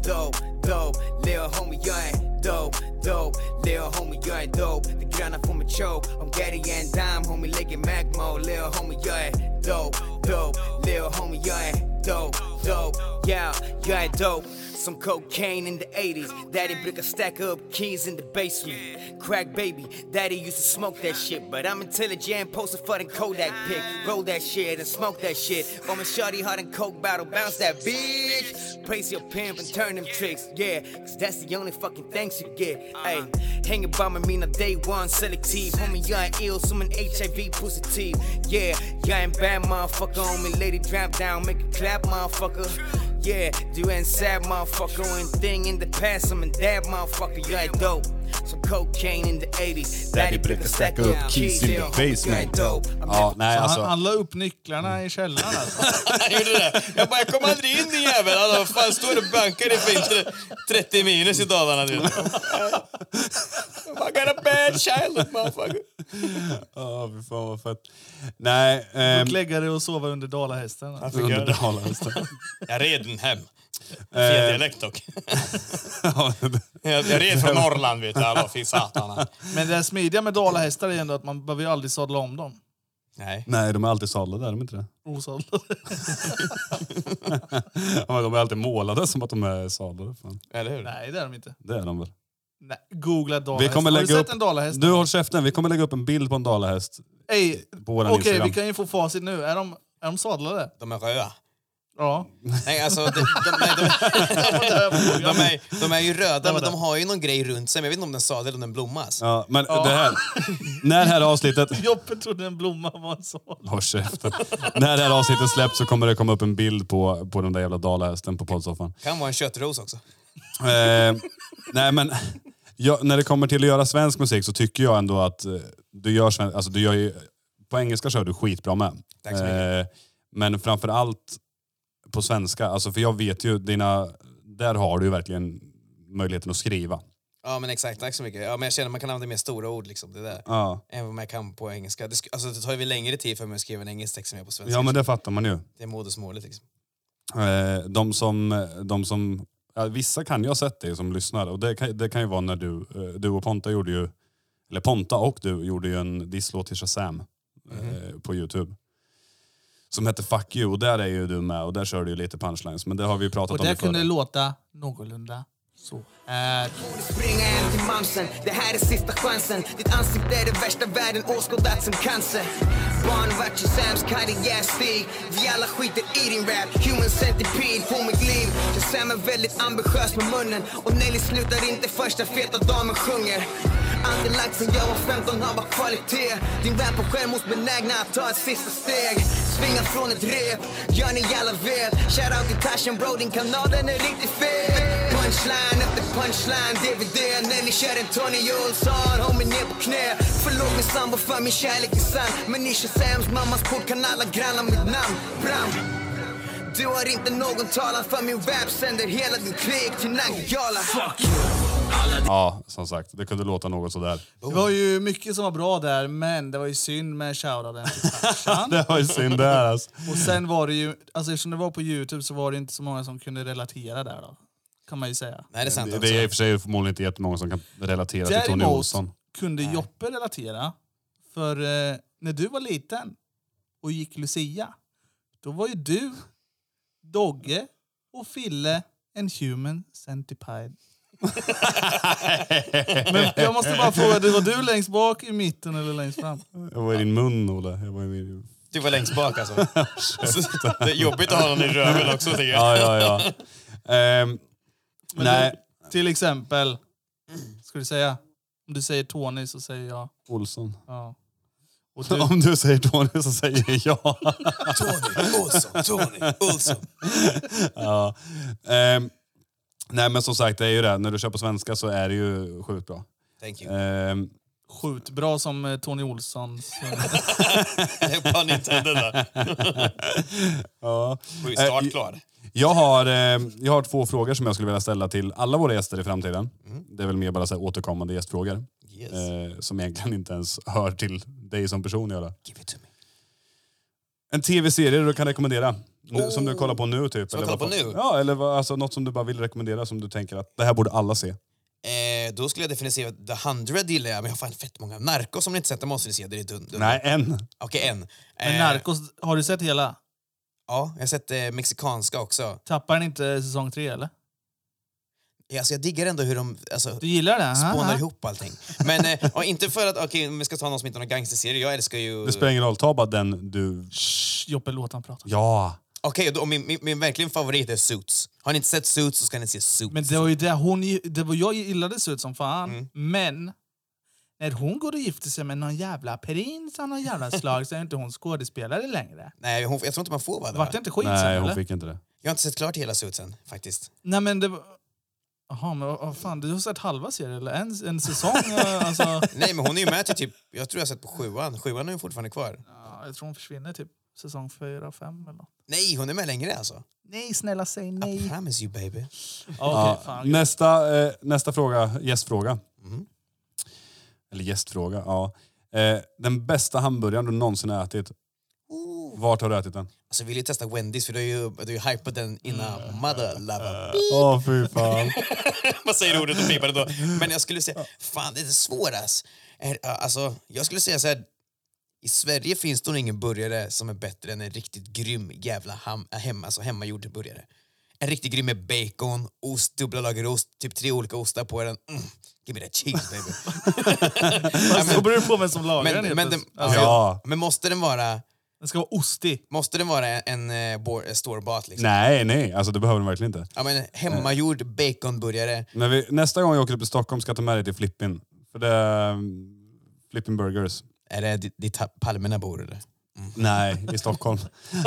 dope, dope. Lil homie, jag är dope, dope. Lil homie, jag är dope. Det gröna får mig choke. Om Getty är en dime, homie lägger Mac-mo. Lil homie, jag är dope, dope. Lil homie, jag är dope, dope. Yeah, jag är dope. Some cocaine in the 80s. Daddy brukar stack up keys in the basement. Crack baby, daddy used to smoke that shit. But I'm intelligent, posted for the Kodak pic. Roll that shit and smoke that shit. Om en shorty hard and coke battle, bounce that bitch. Praise your pimp and turn them tricks. Yeah, cause that's the only fucking thanks you get. Ay, hänger bara med mina day one selektiv. Homie, jag är ill som en HIV-positiv. Yeah, jag är en bad motherfucker. Homie, lady drop down, make a clap motherfucker. Yeah, du är en sad motherfucker och en thing in the past som en dad motherfucker. Jag är dope, som cocaine in the 80s. Daddy brukar stacka upp keys in the basement. Ja, nej, alltså. Han la upp nycklarna i källaren alltså. Han gjorde det. Jag kom aldrig in i jäveln. Alltså, fan, står det bankar i fint 30 minus i Dalarna. I got a bad child, motherfucker. Ja, fy fan vad fett. Nej, Och lägga det och sova under dalahästen. under dalahästen. Jag red den hem. Fel dialekt dock. Jag red från Norrland, vet du. Alla fy satan. Men det smidiga med dalahästar är ändå att man behöver ju aldrig sadla om dem. Nej, de är alltid sadlade, är de inte det? Osadlade. Ja, de är alltid målade som att de är sadlade. Fan. Eller hur? Nej, det är de inte. Det är de väl? Nej, googla dalahäst. Vi kommer Har du lägga sett upp, en dalahäst? du håll käften, vi kommer lägga upp en bild på en dalahäst på våran Okej, Instagram. vi kan ju få facit nu. Är de sadlade? De är röda. Ja. Nej, alltså de är ju röda, men de har ju någon grej runt sig. Men jag vet inte om den sadel eller om den blommas. Ja, men det här, när det här avsnittet... Joppe trodde en blomma var en sadel. Håll käften. När det här avsnittet släpps så kommer det komma upp en bild på den där jävla dalahästen på poddsoffan. Kan vara en köttros också. Nej, men när det kommer till att göra svensk musik så tycker jag ändå att du gör ju, på engelska kör du skitbra med. Tack så mycket. Men framförallt på svenska, alltså för jag vet ju där har du ju verkligen möjligheten att skriva. Ja, men exakt, tack så mycket. Ja, men jag känner att man kan använda mer stora ord liksom, det där. Ja. Än vad man kan på engelska. Det tar ju längre tid för mig att skriva en engelsk text som är på svenska. Ja, men det fattar man ju. Det är modersmålet liksom. De som vissa kan ju ha sett det som lyssnar, och det kan ju vara när du och Ponta gjorde ju, eller Ponta och du gjorde ju en disslåt till Shazam på YouTube som heter Fuck You, och där är ju du med och där kör du ju lite punchlines, men det har vi ju pratat och om det förr. kunde låta någorlunda så här. Springa hem till mamsen, det här är sista chansen. Ditt ansikte är det värsta världen åskådat som cancer. Barn vart ju Sams karriärstig. Vi alla skiter i din rap. Human centipede på mitt liv. Jag Sam är väldigt ambitiös med munnen. Och Nelly slutar inte första feta damen sjunger. Aldrig lagt sen jag var 15 har bara kvalitet. Din vän på självmordsbenägna att ta ett sista steg. Svinga från ett rep, gör ni alla vet. Shoutout till Taschen bro, din kanal den är riktigt fet. Punchline efter punchline, DVD. Nelly kör en Tony Olsson, homie ner på knä. Förlåt min sambo för min kärlek är sann. Men i Shazams mammas port kan alla granna mitt namn. Bram. Du har inte någon talan för min rap. Sänder hela din klick till Nangijala. Fuck you. Ja, som sagt, det kunde låta något sådär. Det var ju mycket som var bra där, men det var ju synd med shoutouten till farsan. Det var ju synd där alltså. Och sen var det ju, alltså eftersom det var på YouTube så var det inte så många som kunde relatera där då. Kan man ju säga. Nej, det är sant också. Det är i och för sig förmodligen inte jättemånga som kan relatera till Tony Däremot Olsson. kunde Joppe relatera. För när du var liten och gick Lucia, då var ju du, Dogge och Fille en human centipede. Men jag måste bara fråga, var du längst bak, i mitten eller längst fram? Jag var i din mun, Olle. Jag var i... Du var längst bak alltså. Det är jobbigt att ha någon i röven också, tycker jag. Ja. Nej. Du, till exempel, ska du säga, om du säger Tony så säger jag Olsson. ja. Och Du... Om du säger Tony så säger jag. Tony Olsson. Ja. Nej, men som sagt, det är ju det. När du kör på svenska så är det ju sjukt bra. Thank you. Skjut bra som Tony Olssons. På Nintendo där. Ja. Du är startklar. Jag har 2 frågor som jag skulle vilja ställa till alla våra gäster i framtiden. Det är väl mer bara så här återkommande gästfrågor. Yes. Som egentligen inte ens hör till dig som person. Göra. Give it to me. En tv-serie du kan rekommendera Som du kollar på nu typ. Som jag kollar på nu? Ja, eller alltså, något som du bara vill rekommendera som du tänker att det här borde alla se. Då skulle jag definiera The 100 gillar jag, men jag har fan fett många. Narcos som ni inte sett, det måste ni se. Det är Nej, en. Okej, en. Men Narcos, har du sett hela? Ja, jag har sett mexikanska också. Tappar den inte säsong 3 eller? Alltså, jag diggar ändå hur de Du gillar det? spånar ihop allting. Men och inte för att, om vi ska ta någon som inte har någon gangsterserie, jag älskar ju... Det spelar ingen roll, ta bara den du... Joppe, låt han prata. Ja. Okej, min verkligen favorit är Suits. Har ni inte sett Suits så ska ni se Suits. Men det var ju det jag gillade Suits som fan. Men när hon går och gifter sig med någon jävla prins av någon jävla slag så är inte hon skådespelare längre. Nej, jag tror inte man får vara det. Vart det inte skit sen, Nej, hon eller? fick inte det. Jag har inte sett klart hela Suitsen, faktiskt. Nej, men det var... Jaha, men vad fan, du har sett halva serien eller en säsong? Alltså... Nej, men hon är ju med till typ... Jag tror jag har sett på 7:an. 7:an är ju fortfarande kvar. Ja, jag tror hon försvinner typ säsong 4, 5 eller något. Nej, hon är med längre alltså. Nej, snälla säg I nej. promise you, baby. Okej, fan. Nästa fråga, gästfråga. Eller gästfråga, ja. Den bästa hamburgaren du någonsin har ätit. Vart har du ätit den? Alltså, vill ju testa Wendy's för du har ju hypat den innan Mother Lover. Åh, fy fan. Vad säger ordet och pipar det då? Men jag skulle säga, fan det är svårast. Alltså, jag skulle säga så här. I Sverige finns det nog ingen burgare som är bättre än en riktigt grym jävla hemmagjord burgare. En riktigt grym med bacon, ost, dubbla lager ost, typ 3 olika ostar på den. Give me that cheese, baby. Så beror det på vem som lagar den. Men måste den vara... Den ska vara ostig. Måste den vara en store-bought liksom? Nej, alltså det behöver den verkligen inte. Ja, men hemmagjord baconburgare. Men nästa gång jag åker upp till Stockholm ska jag ta med dig till Flippin. För det är Flippin Burgers. Är det dit Palmerna bor eller? Nej, i Stockholm.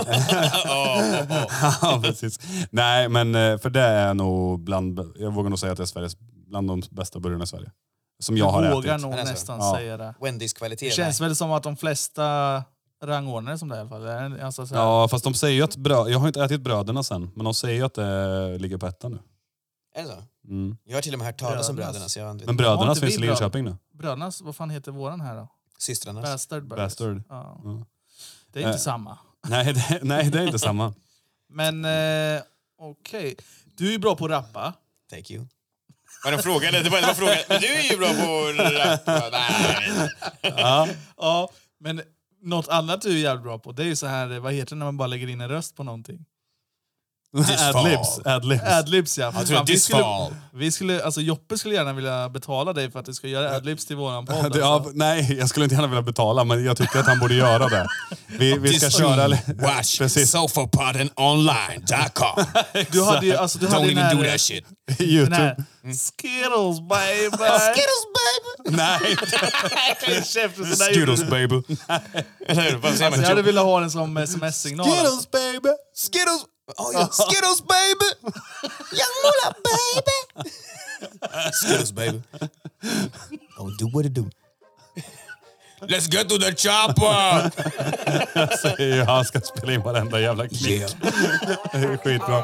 Ja, precis. Nej, men för det är nog jag vågar nog säga att det är Sveriges, bland de bästa burgarna i Sverige. Som jag har ätit. Jag vågar nog alltså, nästan säga det. Wendy's kvalitet. Det känns väl som att de flesta rangordnar som det i alla fall. Alltså, så här. Ja, fast de säger ju att jag har inte ätit bröderna sen, men de säger ju att det ligger på ettan nu. Är det så? Mm. Jag har till och med hört talas om bröderna. Så jag vet. Men brödernas Har inte finns i vi Linköping nu. Brödernas, vad fan heter våran här då? Systrarnas. Bastard Brothers. Bastard. Ja. Ja. Det är inte samma. Nej, det är inte samma. Men okej. Du är ju bra på att rappa. Thank you. Var det en fråga? Det var frågan. Men du är ju bra på att rappa. Nej. Ja, men något annat du är jävligt bra på, det är ju så här, vad heter det när man bara lägger in en röst på någonting? Adlibs. Adlibs, ja. Jag tror vi skulle, alltså Joppe skulle gärna vilja betala dig för att du ska göra adlibs till våran podd. Alltså. Nej, jag skulle inte gärna vilja betala, men jag tycker att han borde göra det. Vi ska köra... Watch Precis. sofapoddenonline.com. Du hade ju alltså, Don't even do that shit. Den YouTube. här Skittles baby. Skittles baby. Nej. Skittles baby. Eller hur? Vad säger Alltså, man? jag hade velat ha den som sms-signal. Skittles baby. Skittles. Oh, yeah. Skittles baby. Young Moolah baby. Skittles baby. Don't do what it do. Let's get to the chopper. Jag säger ju, han ska spela in varenda jävla klipp. Yeah. Det är skitbra.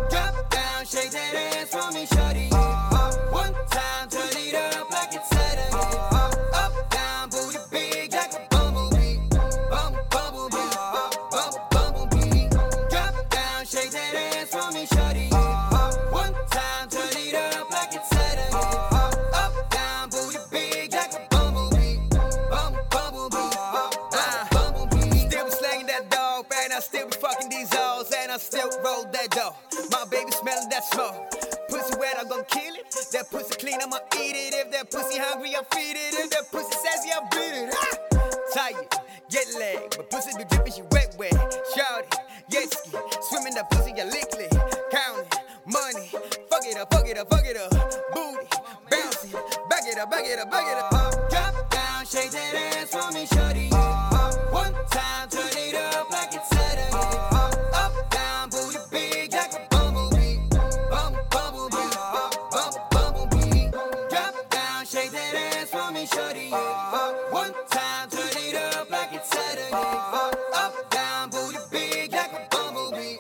Still roll that dough. My baby smelling that smoke. Pussy wet, I'm gonna kill it. That pussy clean, I'ma eat it. If that pussy hungry, I'll feed it. If that pussy sassy, I'll beat it. Tired, get leg. But pussy be dripping, she wet. Shout it, jet ski. Swimming that pussy, you lick. Count it, money. Fuck it up. Booty, bouncing. Back it up. Drop down, shake that ass for me, shorty. One time, turn it up like it's Saturday. One time, turn it up like it's Saturday. Up, down, booty big like a bumblebee.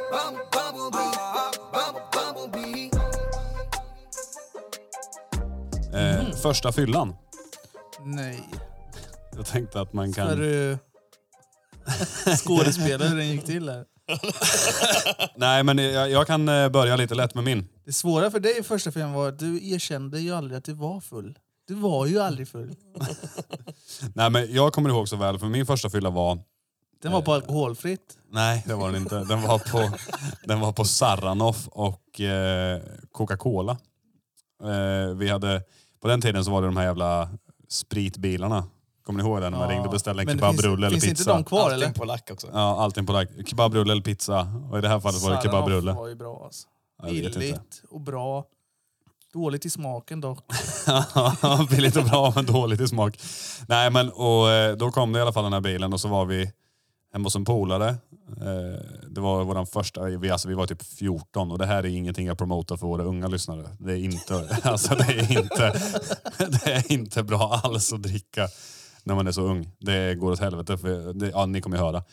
Bumblebee. Första fyllan. Nej. Jag tänkte att man kan... För skådespelare hur den gick till här. Nej, men jag kan börja lite lätt med min. Det svåra för dig i första filmen var att du erkände ju aldrig att du var full. Du var ju aldrig full. Nej, men jag kommer ihåg så väl, för min första fylla var... Den var på alkoholfritt. Nej, det var den inte. Den var på Saranoff och Coca-Cola. Vi hade... På den tiden så var det de här jävla spritbilarna. Kommer ni ihåg den? Man ringde och beställde en kebabrulle eller pizza. Finns inte de kvar eller? Allting på lack också. Ja, allting på lack. Kebabrulle eller pizza. Och i det här fallet var det kebabrulle. Saranoff var ju bra alltså. Jag vet inte. Billigt och bra. Dåligt i smaken dock. Billigt och bra men dåligt i smak. Nej, men och då kom det i alla fall den här bilen och så var vi hemma hos en polare. Det var våran första, vi var typ 14 och det här är ingenting jag promotar för våra unga lyssnare. Det är inte, alltså det är inte bra alls att dricka när man är så ung. Det går åt helvete, för ni kommer ju höra.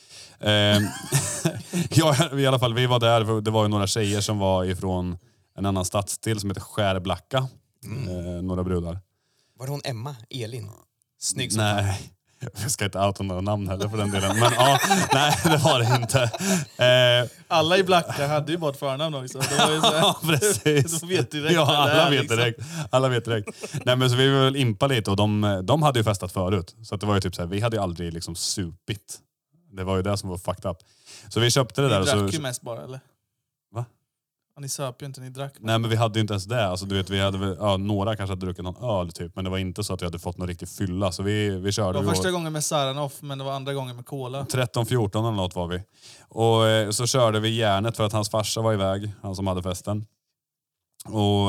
Ja, i alla fall, vi var där, det var ju några tjejer som var ifrån en annan stadsdel som heter Skärblacka. Några brudar. Var det hon Emma? Elin? Snygg som Nej, jag ska inte outa några namn heller för den delen. Men ja, nej det var det inte. Alla i Blacka hade ju bara ett förnamn också. Det var ju så här, Ja, precis. de vet direkt Ja, vad det alla är, vet liksom. direkt. Alla vet direkt. Nej, men så vi var väl impa lite och de hade ju festat förut. Så att det var ju typ så här, vi hade ju aldrig liksom supit. Det var ju det som var fucked up. Så vi köpte det där Ni och så... drack ju mest bara, eller? Va? Ja, ni söp ju inte, ni drack. Nej, men vi hade ju inte ens det. Alltså, du vet, vi hade väl, några kanske hade druckit någon öl typ, men det var inte så att vi hade fått någon riktig fylla. Så vi körde. Det var första gången med Saranoff, men det var andra gången med cola. 13-14 eller något var vi. Och så körde vi järnet för att hans farsa var iväg, han som hade festen. Och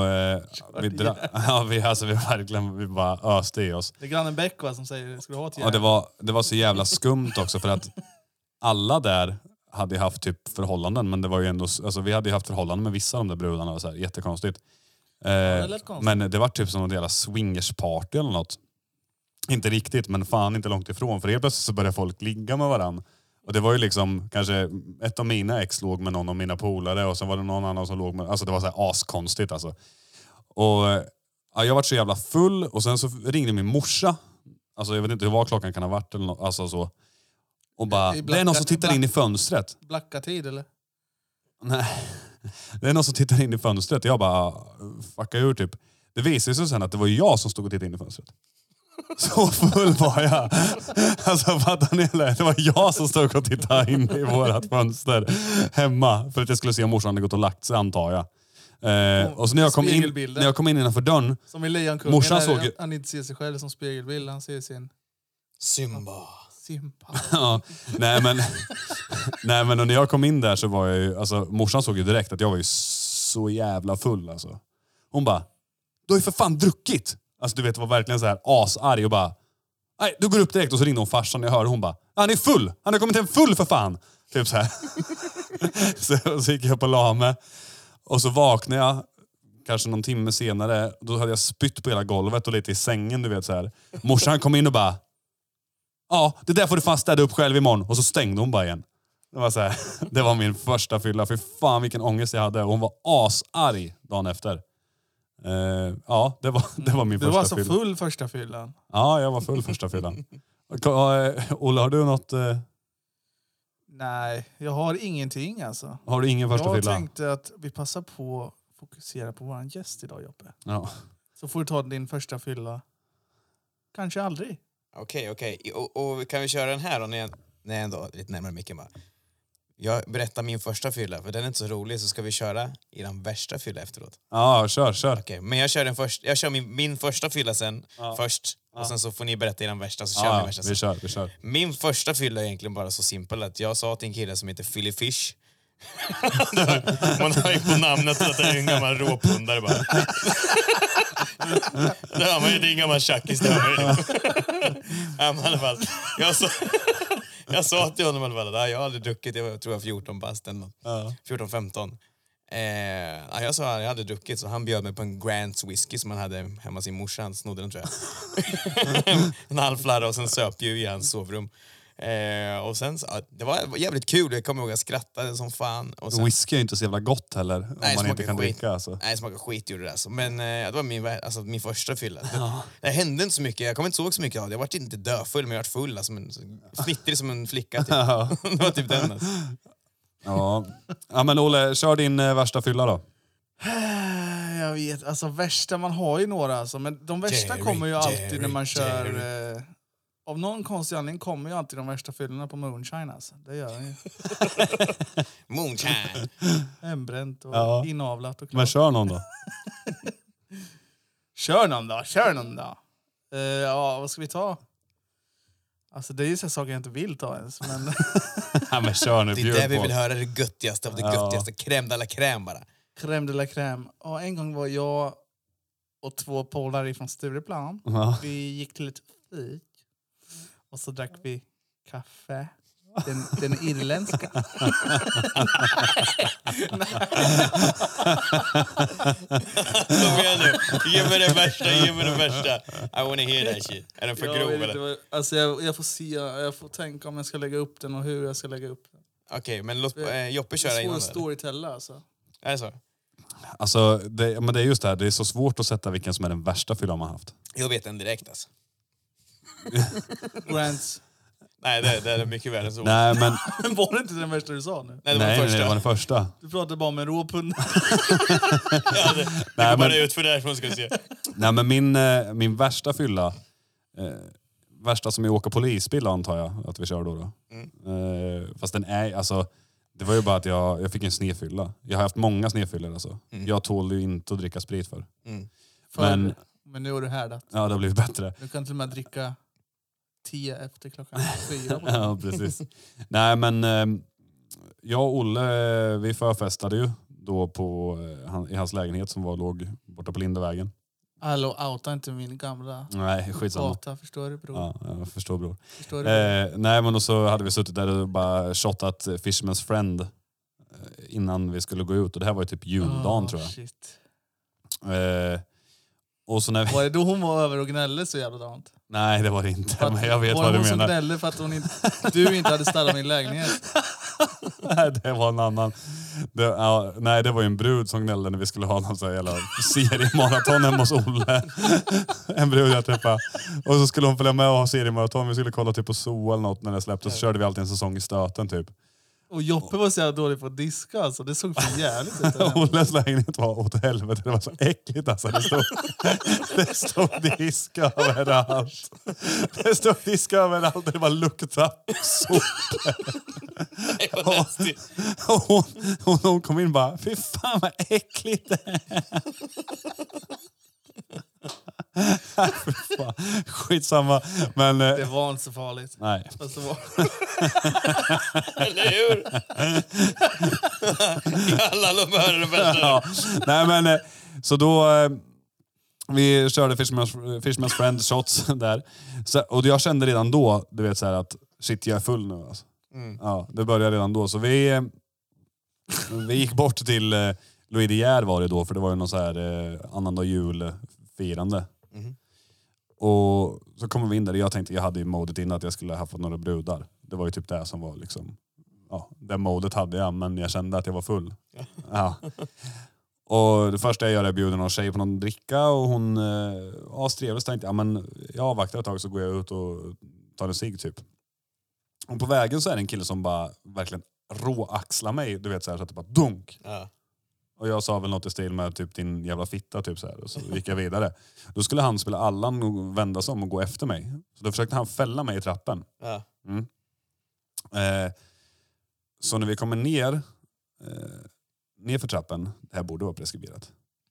vi bara öste i oss. Det är grannen Beck va, som säger, ska du ha ett järn? Och det var så jävla skumt också för att alla där hade haft typ förhållanden, men det var ju ändå, alltså vi hade ju haft förhållanden med vissa av de där brudarna och så här, jättekonstigt. det lät konstigt. Men det var typ som någon jävla swingersparty eller något. Inte riktigt, men fan inte långt ifrån. För helt plötsligt så började folk ligga med varann. Och det var ju liksom, kanske ett av mina ex låg med någon av mina polare och så var det någon annan som låg med, alltså det var så här askonstigt alltså. Och ja, jag var så jävla full och sen så ringde min morsa. Alltså jag vet inte hur klockan kan ha varit eller något, alltså så. Och bara, det är någon som tittar in i fönstret. Blacka-tid eller? Nej, det är någon som tittar in i fönstret. Jag bara, fuckar ur typ. Det visade sig sen att det var jag som stod och tittade in i fönstret. Så full var jag. Alltså fattar ni eller? Det var jag som stod och tittade in i vårat fönster hemma. För att jag skulle se om morsan hade gått och lagt sig, antar jag. Och så när jag kom in innanför dörren. Som i Lejonkungen, morsan såg ju... han inte ser sig själv som spegelbild. Han ser sin... Simba. Ja, nej men och när jag kom in där så var jag ju, alltså morsan såg ju direkt att jag var ju så jävla full alltså. Hon bara, du har ju för fan druckit. Alltså du vet, det var verkligen så här asarg och bara, nej du går upp direkt. Och så ringde hon farsan, jag hörde hon bara, han är full, han har kommit hem full för fan. Typ så här. så gick jag upp och la mig. Och så vaknade jag kanske någon timme senare. Då hade jag spytt på hela golvet och lite i sängen, du vet så här. Morsan kom in och bara, ja, det där får du fan städa upp själv imorgon. Och så stängde hon bara igen. Det var så här, det var min första fylla. För fan vilken ångest jag hade. Och hon var asarg dagen efter. Ja, det var min första fylla. Du var så full första fyllan. Ja, jag var full första fyllan. Olle, har du något? Nej, jag har ingenting alltså. Har du ingen första fylla? Jag tänkte att vi passar på att fokusera på våran gäst idag, Joppe. Ja. Så får du ta din första fylla. Kanske aldrig. Okej. Och kan vi köra den här då när jag ändå är lite närmare micken bara. Jag berättar min första fylla, för den är inte så rolig, så ska vi köra i den värsta fylla efteråt. Ja, kör. Okej, men jag kör min första fylla sen först. Och sen så får ni berätta i den värsta, så kör vi värsta sen. Vi kör. Min första fylla är egentligen bara så simpel att jag sa till en kille som heter Philly Fish. Man har ju på namnet att det är en gammal råpundare bara. Det hör man ju, det är en gammal tjackis. Det hör man ju. Ja, men i alla fall. Jag sa till honom i alla fall att jag har aldrig druckit, jag tror jag var 14 bast eller något. 14-15. Jag sa att jag hade druckit, så han bjöd mig på en Grants whisky som han hade hemma sin morsa. Han snodde den, tror jag. En halv flarra och sen söp ju i hans sovrum. Och sen det var jävligt kul. Jag kommer ihåg att jag skrattade som fan. Och sen, whisky är inte så jävla gott heller. Om man inte kan dricka alltså. Nej, smakar skit gjorde det alltså. Men det var min första fylla. Det hände inte så mycket. Jag kommer inte ihåg så mycket av det. Jag var inte döfull, men jag var full alltså, fnittrig som en flicka typ. Det var typ den alltså. Ja. Ja, men Olle, kör din värsta fylla då. Jag vet, alltså värsta, man har ju några alltså, men de värsta kommer ju alltid när man kör... av någon konstig anledning kommer ju alltid de värsta fyllorna på moonshine alltså. Det gör den ju. Moonshine. Hembränt och inavlat och klart. Men kör någon då. Kör någon då. Ja, vad ska vi ta? Alltså det är ju så saker jag inte vill ta ens. Men... Ja, men kör nu. Det är det vi vill höra, det göttigaste av det göttigaste. Crème de la crème bara. Crème de la crème. Och en gång var jag och 2 polare från Stureplan. Vi gick till ett fik. Och så drack vi kaffe. Den irländska. Kom igen nu. Ge mig det värsta. I wanna hear that shit. Är den för grov eller? Alltså jag får se, jag får tänka om jag ska lägga upp den och hur jag ska lägga upp den. Okej, men låt Joppe köra innan. Det är svår storytella alltså. Är det så? Alltså, men det är just det här. Det är så svårt att sätta vilken som är den värsta fyllan man haft. Jag vet en direkt alltså. Grants. Nej, det är mycket värre än så. Nej, men... Var det inte den värsta du sa nu? Nej, det var den första. Du pratade bara om en råpund. Nej, bara ut för därifrån ska vi se. Nej, men min värsta fylla... värsta som jag åker polisbil antar jag att vi kör då. Fast den är... Alltså, det var ju bara att jag fick en snedfylla. Jag har haft många snedfyllor alltså. Jag tål ju inte att dricka sprit för. Men nu är du härdat. Ja, det har blivit bättre. Du kan till och med dricka 10 efter klockan 4. Ja, precis. Nej, men jag och Olle, vi förfestade ju då i hans lägenhet som låg borta på Lindevägen. Hallå, outa inte min gamla. Nej, skitsamma. Gata, förstår du bror? Ja, jag förstår bror. Nej, men och så hade vi suttit där och bara shotat Fisherman's Friend innan vi skulle gå ut. Och det här var ju typ juldagen tror jag. Shit. Och så när vi... Var det då hon var över och gnällde så jävla dant? Nej, det var det inte. Men jag vet vad du menar. Var hon som gnällde för att du inte hade ställt min lägenhet? Nej, det var en annan. Det var ju en brud som gnällde när vi skulle ha någon så här jävla seriemaraton hemma hos Olle. En brud jag träffade. Och så skulle hon följa med och ha seriemaraton. Vi skulle kolla typ på Zoo eller något när det släpptes. Så körde vi alltid en säsong i stöten typ. Och Joppe var så jävla dålig på att diska alltså. Det såg för jävligt ut. Olles lägenhet var åt helvete. Det var så äckligt alltså. Det stod diska överallt. Det stod diska överallt. Det var lukta sopor. Och hon kom in och bara, fy fan vad äckligt det är. Skitsamma. Men, det var inte så farligt. Nej. Alltså, var... Eller hur? Alla de hör det bästa. Ja. Nej, men så då vi körde Fisherman's Friend shots där. Så, och jag kände redan då, du vet så här att shit, jag är full nu alltså. Ja, det började redan då. Så vi gick bort till Louis De Geer var det då, för det var ju någon så här annandag julfirande. Och så kom vi in där och jag tänkte, jag hade ju modet innan att jag skulle ha fått några brudar. Det var ju typ det som var liksom, ja, det modet hade jag, men jag kände att jag var full. Ja. Och det första jag gör är att bjuda någon tjej på någon dricka och hon astrevligt tänkte jag, men jag avvaktar ett tag så går jag ut och tar en cigg typ. Och på vägen så är det en kille som bara verkligen råaxlar mig, du vet så här, så att det bara dunk. Ja. Och jag sa väl något i stil med typ din jävla fitta typ så här. Och så gick jag vidare. Då skulle han spela Allan och vända sig om och gå efter mig. Så då försökte han fälla mig i trappen. Ja. Så när vi kommer ner för trappen, det här borde vara preskriberat.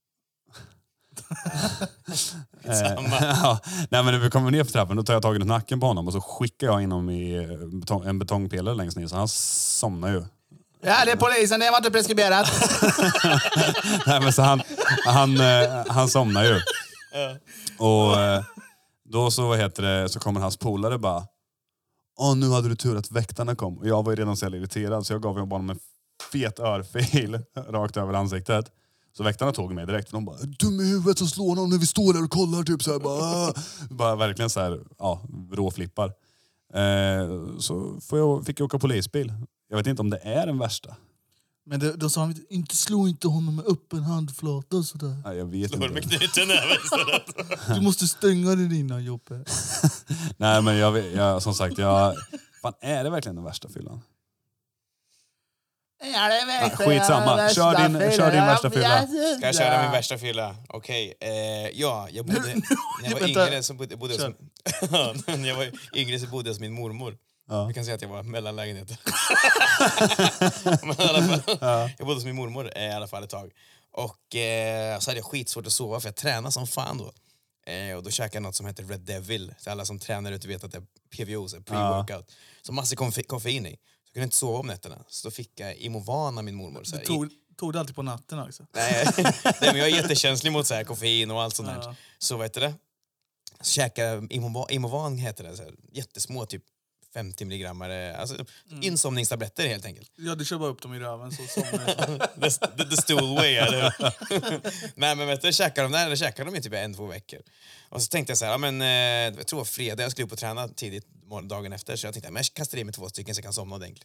Ja, nej, men när vi kommer ner för trappen då tar jag tag i nacken på honom och så skickar jag in honom i en betongpelare längst ner så han somnar ju. Ja, det är polisen, det var inte preskriberat. Nej, men så han somnar ju. Och då så så kommer hans polare bara, nu hade du tur att väktarna kom. Och jag var ju redan så irriterad så jag gav honom en fet örfil rakt över ansiktet. Så väktarna tog mig direkt för de bara, dum i huvudet så slår någon när vi står där och kollar typ så här bara verkligen så här, ja, råflippar. Så fick jag åka polisbil. Jag vet inte om det är den värsta. Men då sa han, inte slå inte honom med öppen handflata och sådär. Nej, jag vet Slår inte. med knuten över. Du måste stänga den innan, Joppe. Nej, men jag som sagt, fan, är det verkligen den värsta fyllan? Skitsamma. Kör din värsta fylla. Ska jag köra min värsta fylla? Okej. Ja, jag bodde... När jag var yngre så bodde när jag var yngre så bodde jag hos min mormor. Ja. Vi kan säga att jag var mellanlägenhet. Men i alla fall, jag bodde hos min mormor i alla fall ett tag. Och så hade jag skitsvårt att sova för jag tränade som fan då. Och då käkade jag något som heter Red Devil. Så alla som tränar ute vet att det är PVO, så pre-workout. Så massor koffein i. Så jag kunde inte sova om nätterna. Så då fick jag Imovan av min mormor. Så du tog det alltid på natten också? Nej, men jag är jättekänslig mot så här koffein och allt sånt där. Så vet du det? Så käkade Imovan heter det. Så här, jättesmå, typ 50 milligrammare. Alltså insomningstabletter helt enkelt. Ja, du kör bara upp dem i röven så somnar the stool way, eller? Nej, men vet du, käkade de i typ 1-2 veckor. Och så tänkte jag så här, men jag tror fredag jag skulle upp och träna tidigt dagen efter. Så jag tänkte, men jag kastar i mig 2 stycken så jag kan somna ordentligt.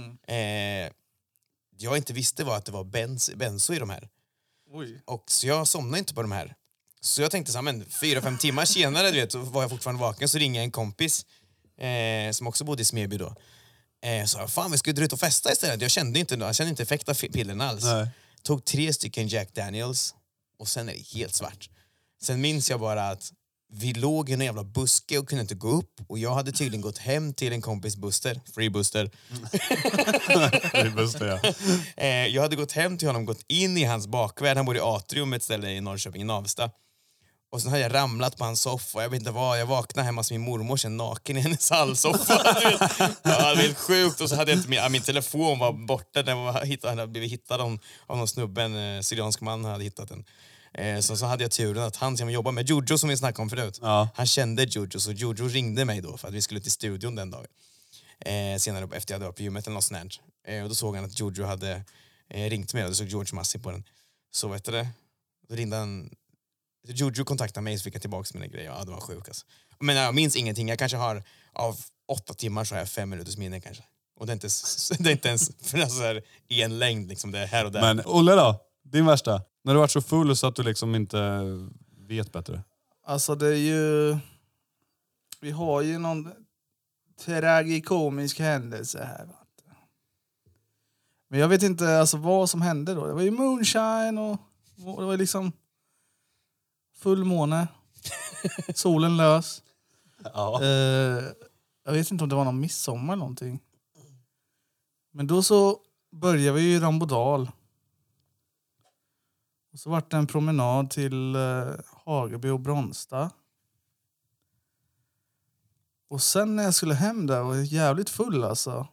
Jag inte visste var att det var benzo i de här. Oj. Och så jag somnade inte på de här. Så jag tänkte så här, men 4-5 timmar senare, du vet, så var jag fortfarande vaken. Så ringde jag en kompis som också bodde i Smedby då. Så fan, vi skulle dra ut och festa istället. Jag kände inte effekt av pillerna alls. Nej. Tog 3 stycken Jack Daniels och sen är det helt svart. Sen minns jag bara att vi låg i en jävla buske och kunde inte gå upp. Och jag hade tydligen gått hem till en kompis Buster. Free Buster. Free Buster, ja. Jag hade gått hem till honom, gått in i hans bakvärld. Han bor i Atrium, ett ställe i Norrköping, i Navsta. Och sen hade jag ramlat på hans soffa. Jag vet inte vad. Jag vaknade hemma hos min mormor, sen naken i hennes hallsoffa. Det var helt sjukt. Och så hade jag inte min telefon var borta. Den hade blivit hittad av någon snubbe. En syriansk man hade hittat den. Så hade jag turen att han som jobbar med Jojo, som vi snackade om förut. Ja. Han kände Jojo, så Jojo ringde mig då för att vi skulle till studion den dagen. Senare efter jag hade varit på gymmet eller något sånt. Och då såg han att Jojo hade ringt mig. Och då såg George Massey på den. Så vet du det? Då ringde han... Jojo kontaktade mig så fick jag tillbaka mina grejer. Ja, det var sjukt alltså. Men jag minns ingenting. Jag kanske har av 8 timmar så har jag 5 minuters minne kanske. Och det är inte ens för alltså så här, i en längd liksom, det är här och där. Men Olle då? Din värsta? När du varit så full så att du liksom inte vet bättre. Alltså det är ju... Vi har ju någon tragikomisk händelse här. Men jag vet inte alltså vad som hände då. Det var ju moonshine och det var liksom... Full måne. Solen lös. Ja. Jag vet inte om det var någon midsommar eller någonting. Men då så började vi ju i Rambodal. Och så var det en promenad till Hageby och Bromsta. Och sen när jag skulle hem där var jag jävligt full alltså.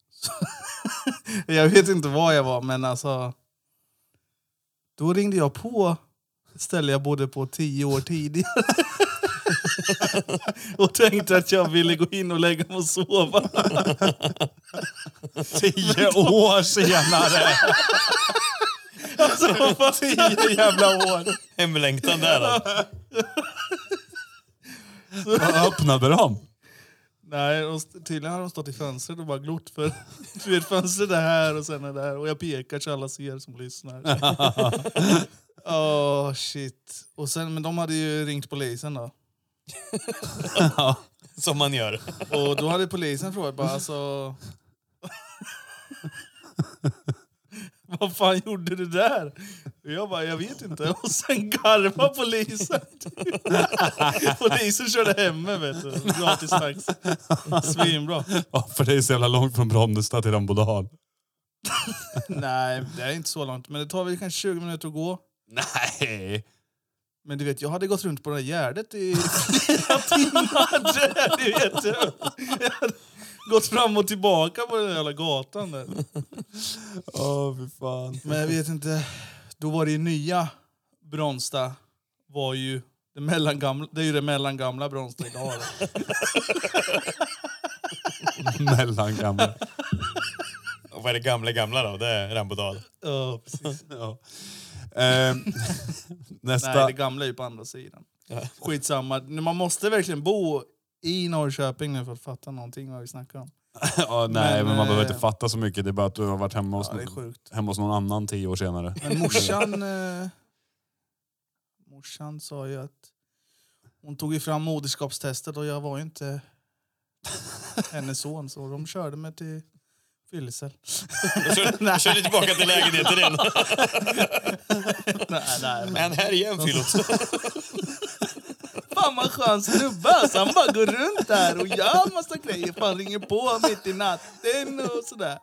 Jag vet inte vad jag var, men alltså... Då ringde jag på... ställe jag bodde på 10 år tidigare. Och tänkte att jag ville gå in och lägga mig och sova. 10 år senare. Alltså, 10 jävla år. Hemlängtan där då. Vad öppnade de? Nej, tydligen har de stått i fönstret och bara glott för du vet, fönstret är här och sen är det här. Och jag pekar så alla ser som lyssnar. Shit. Och sen, men de hade ju ringt polisen då. Som man gör. Och då hade polisen frågat bara alltså... Vad fan gjorde du där? Och jag bara, jag vet inte. Och sen garva polisen. Polisen körde hemme, vet du. Gratis tax. Svinbra. Ja, för det är så jävla långt från Bromsta till Rambodal. Nej, det är inte så långt. Men det tar väl kanske 20 minuter att gå. Nej. Men du vet, jag hade gått runt på det här gärdet i flera timmar. Det vet du. Jag hade gått fram och tillbaka på den jävla gatan där. Fy fan. Men jag vet inte. Då var det ju nya Bromsta. Var ju det mellangamla. Det är ju det mellangamla Bromsta idag. Mellangamla. Och vad är det gamla då? Det är Rambodal. Ja, precis. Ja. Nästa. Nej, det gamla är ju på andra sidan. Skitsamma. Man måste verkligen bo i Norrköping nu för att fatta någonting vad vi snackar om. Men man behöver inte fatta så mycket. Det är bara att du har varit hemma hos någon annan 10 år senare. Men morsan sa ju att hon tog ju fram moderskapstestet och jag var ju inte hennes son. Så de körde mig till Fyllecell. Jag kör tillbaka till lägenheten igen. nej. Men här igen, Fyllot. Fan vad skön snubbe. Alltså, han bara går runt där och gör en massa grejer. Fan ringer på mitt i natten och sådär.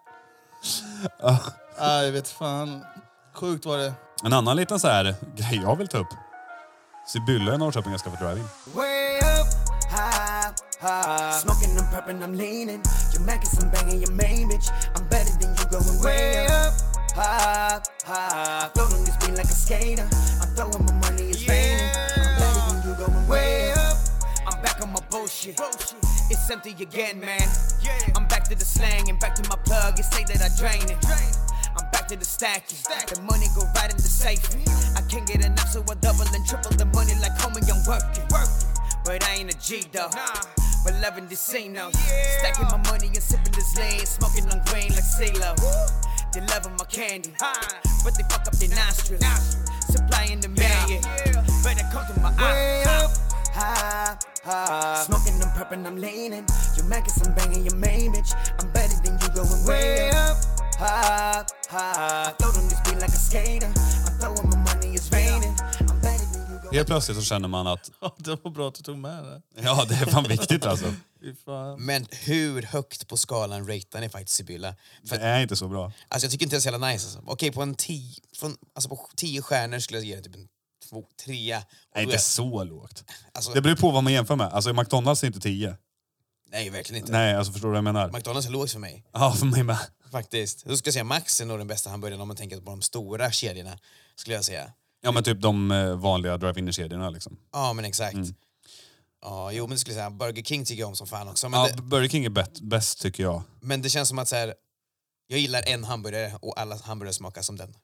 Jag vet fan. Sjukt var det. En annan liten så här grej jag vill ta upp. Sibylla i Norrköping jag ska få driving. Way up, high, high. Smoking, I'm prepping, I'm leaning. You're macking some banging, your main bitch. I'm better than you going way up, high, high. Float on this beat like a skater. I'm throwing my money, it's raining. I'm better than you going way up. I'm back on my bullshit. It's empty again, man. I'm back to the slang and back to my plug. It say that I drain it. I'm back to the stacking. The money go right in the safe. I can't get enough, so I double and triple the money like homie, I'm working. But I ain't a G though. But loving this scene though. Stacking my money and sipping this lean. Smoking on green like CeeLo. They loving my candy, but they fuck up their nostrils. Supplying the million, better come to my eye. High, high. Smoking, I'm prepping, I'm leaning. You're making some banging, your main bitch. I'm better than you going way up. High, high. I float on this beat like a skater. I'm throwing my money, it's raining. I'm better than you going. Helt plötsligt så känner man att Det var bra att du tog med det. ja, det är fan viktigt alltså. Men hur högt på skalan ratear ni faktiskt Sibylla? Det är inte så bra. Alltså jag tycker inte det är så jävla nice alltså. Okej, på en 10 stjärnor skulle jag ge det typ en 2-3. Nej, inte så lågt. Alltså, Det beror på vad man jämför med. Alltså McDonalds är inte 10. nej, verkligen inte. Nej, alltså förstår du vad jag menar? McDonalds är lågt för mig. Ja, för mig med. Faktiskt. Då ska jag säga Max är nog den bästa hamburgaren om man tänker på de stora kedjorna. Skulle jag säga. Ja, men typ de vanliga drive-in-kedjorna liksom. Ja, men exakt. Ja, jo, men det skulle jag säga. Burger King tycker jag om som fan också. Men, Ja, Burger King är bäst tycker jag. men det känns som att så här, jag gillar en hamburgare och alla hamburgare smakar som den.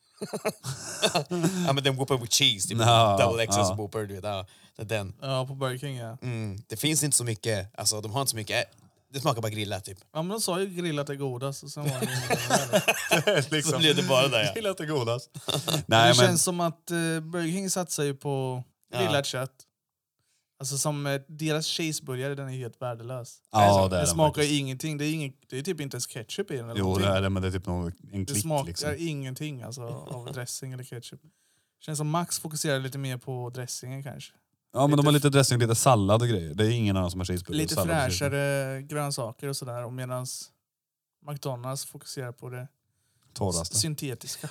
Ja, men den Whopper with cheese. Typ double XS Whopper, du vet. Ja, det är den. Ja, på Burger King, ja. Det finns inte så mycket, alltså de har inte så mycket. Det smakar bara grillat typ. Ja, men de sa ju grillat är godast. Och sen var det liksom. Så blev det bara där, ja. Grillat är godast. det Nej, men känns som att Burger King satsar ju på grillat kött. Alltså som deras cheeseburgare, den är helt värdelös. ja, det är det den smakar faktiskt. ju ingenting. Det är typ inte ens ketchup i den. Eller Jo, någonting. det är det, men det är typ en Det klick smakar liksom. ingenting alltså, av dressing eller ketchup. Känns som Max fokuserar lite mer på dressingen kanske. Ja, men de har lite dressing, lite sallad och grejer. Det är ingen annan som har cheeseburgare. Lite sallad och cheeseburgare. fräschare grönsaker och sådär. Och medan McDonalds fokuserar på det Torraste. syntetiska.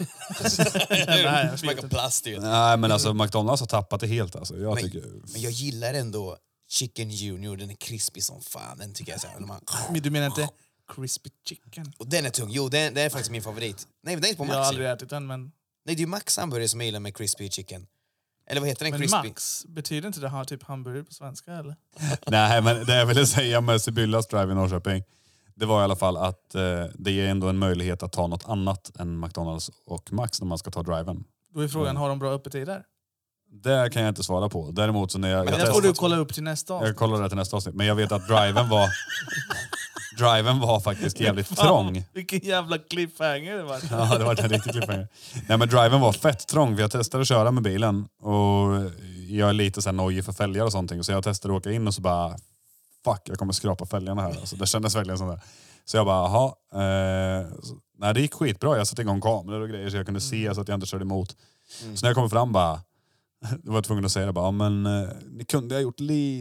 Det smakar plast ju. Nej, men alltså McDonalds har tappat det helt alltså. Jag Men, tycker... men jag gillar ändå Chicken Junior, den är crispy som fan. Den tycker jag så här, Men du menar inte crispy chicken? och den är tung. Jo, den är faktiskt min favorit. Nej, men den är inte på Jag har Max. aldrig ätit den, men... Nej, det är ju Max hamburgare som jag gillar med crispy chicken. Eller vad heter den? Men Crispy? Max, betyder inte det har typ hamburgare på svenska eller? Nej, men det jag ville säga med Sibyllas Drive i Norrköping, det var i alla fall att det är ändå en möjlighet att ta något annat än McDonalds och Max när man ska ta driven. Då är frågan, har de bra öppettider? Det kan jag inte svara på. Däremot så när jag... Men det får du kolla upp till nästa avsnitt. Jag kollar det till nästa avsnitt. Men jag vet att driven var... driven var faktiskt jävligt trång. Vilken jävla cliffhanger det var. Ja, det var en riktig cliffhanger. Nej, men driven var fett trång. Jag testade att köra med bilen. Och jag är lite så här nojig för fälgar och sånt. Så jag testade att åka in och så bara... Fuck, jag kommer skrapa fälgarna här. Alltså, det kändes verkligen sånt där. Så jag bara, jaha. Nej, det gick skitbra. Jag satte igång kameror och grejer så jag kunde se så att jag inte körde emot. Så när jag kom fram bara... Då var jag tvungen att säga det bara, men ni kunde ha gjort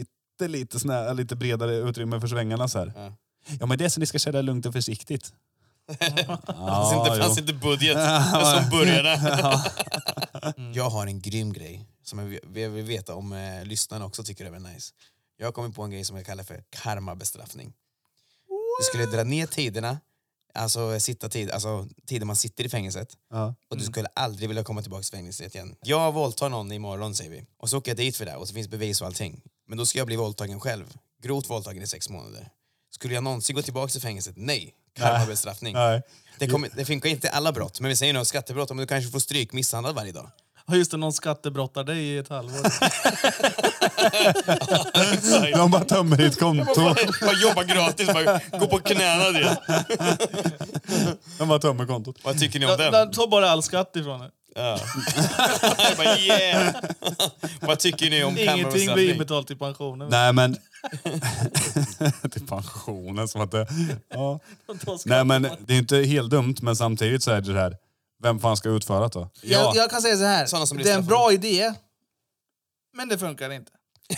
lite bredare utrymme för svängarna så här. Ja, men det är så ni ska köra lugnt och försiktigt. Det fanns inte budget som började. Jag har en grym grej som jag vill veta om lyssnarna också tycker det är nice. Jag har kommit på en grej som jag kallar för karmabestraffning. Du skulle dra ner tiderna, alltså tiden man sitter i fängelset. Och du skulle aldrig vilja komma tillbaka till fängelset igen. Jag våldtar någon imorgon, säger vi. Och så åker jag dit för det och så finns bevis och allting. Men då ska jag bli våldtagen själv. Grovt våldtagen i 6 månader. Skulle jag någonsin gå tillbaka till fängelset? Nej. Karmabestraffning. Nej. Det funkar inte alla brott. Men vi säger nog skattebrott. Men du kanske får stryk misshandlad varje dag. Ja, just det, någon skattebrottar dig i ett halvår. De bara tömmer ditt konto. Man jobbar gratis, man går på knäna det. De bara tömmer kontot. Vad tycker ni om den? Ta bara all skatt ifrån det. Ja. Jag bara, yeah! Vad tycker ni om Ingenting blir inbetalt till pensionen. Nej, men... till pensionen, som att det... Ja. Nej, men det är inte helt dumt, men samtidigt så är det här... Vem fan ska utföra det då? Jag kan säga så här. Det är en bra idé, men det funkar inte.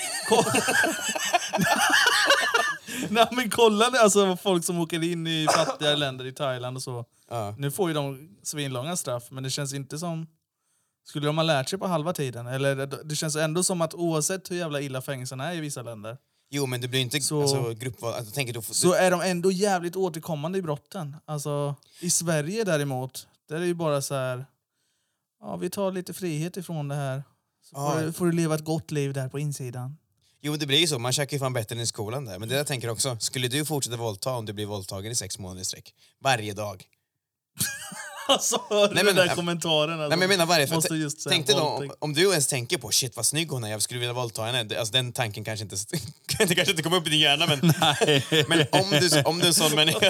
Nej, men kolla alltså, folk som åker in i fattiga länder i Thailand och så. Nu får ju de svinlånga straff, men det känns inte som... Skulle de ha lärt sig på halva tiden? Eller det känns ändå som att oavsett hur jävla illa fängelserna är i vissa länder... Jo, men det blir inte alltså, gruppval. Alltså, tänker du, så är de ändå jävligt återkommande i brotten. Alltså, i Sverige däremot, där är det ju bara så här... Ja, vi tar lite frihet ifrån det här. Så får du leva ett gott liv där på insidan. Jo, det blir ju så. Man käkar ju fan bättre än i skolan där. Men det jag tänker också, skulle du fortsätta våldta om du blir våldtagen i 6 månader i sträck? Varje dag. Alltså, nej, men den där kommentaren. Alltså, nej, men jag menar varje. Tänk dig då, om du ens tänker på, shit vad snygg hon är, jag skulle vilja våldta henne. Alltså den tanken kanske inte kommer upp i din hjärna, men, men om du är en sån människa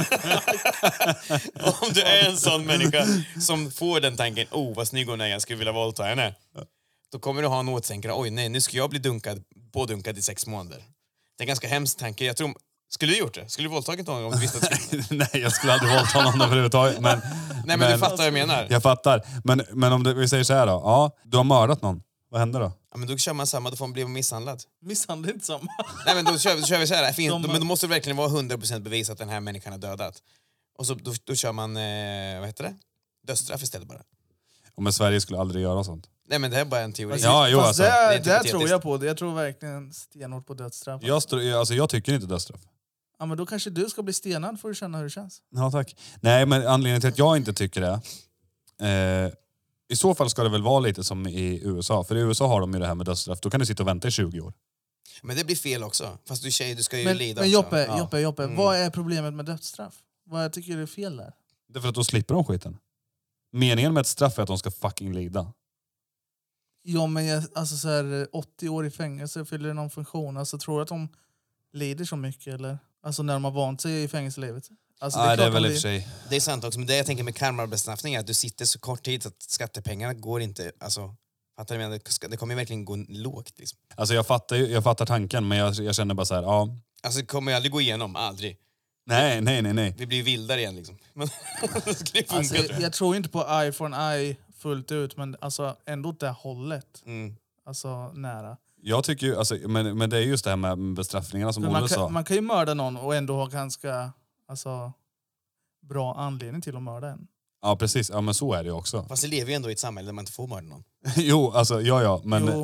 om du är en sån människa som får den tanken, vad snygg hon är, jag skulle vilja våldta henne. Då kommer du ha en åtsänkare, oj nej, nu ska jag bli pådunkad i 6 månader. Det är en ganska hemsk tanke. Jag tror, skulle du gjort det? Skulle du våldtagit någon om du visste att... Nej, jag skulle aldrig våldta någon överhuvudtaget. Men du fattar vad jag menar. Jag fattar. Men om vi säger så här då. Ja, du har mördat någon. Vad händer då? Ja, men då kör man samma, då får man bli misshandlad. Misshandlad inte samma. Nej, men då kör vi så här. Men då måste det verkligen vara 100% bevis att den här människan är dödat. Och så då kör man, vad heter det? Dödsstraff istället bara. Men Sverige skulle aldrig göra sånt. Nej, men det är bara en teori. Alltså, det tror jag på. Jag tror verkligen stenhårt på dödsstraff. Jag tycker inte dödsstraff. Ja, men då kanske du ska bli stenad för att känna hur det känns. Ja, tack. Nej, men anledningen till att jag inte tycker det... I så fall ska det väl vara lite som i USA. För i USA har de ju det här med dödsstraff. Då kan du sitta och vänta i 20 år. Men det blir fel också. Fast du ska ju lida men också. Joppe, vad är problemet med dödsstraff? Vad jag tycker är fel där? Det är för att då slipper de skiten. Meningen med ett straff är att de ska fucking lida. Ja, men alltså så här, 80 år i fängelse, fyller det någon funktion? Alltså tror du att de lider så mycket, eller? Alltså när de har vant sig i fängelselivet? Alltså, det är väl i och för sig. Det är sant också, men det jag tänker med karmabestraffning är att du sitter så kort tid så att skattepengarna går inte, alltså, fattar du? Det kommer ju verkligen gå lågt liksom. Alltså jag fattar tanken, men jag känner bara så här, ja. Alltså det kommer ju aldrig gå igenom, aldrig. Nej. Vi blir vildare igen liksom. Men det skulle funka, alltså, jag tror inte på eye for an eye fullt ut, men alltså ändå åt det hållet. Alltså nära. Jag tycker ju, alltså, men det är just det här med bestraffningarna som Olle sa. Man kan ju mörda någon och ändå ha ganska bra anledning till att mörda en. Ja, precis. Ja, men så är det ju också. Fast det lever ju ändå i ett samhälle där man inte får mörda någon. Jo, alltså, ja.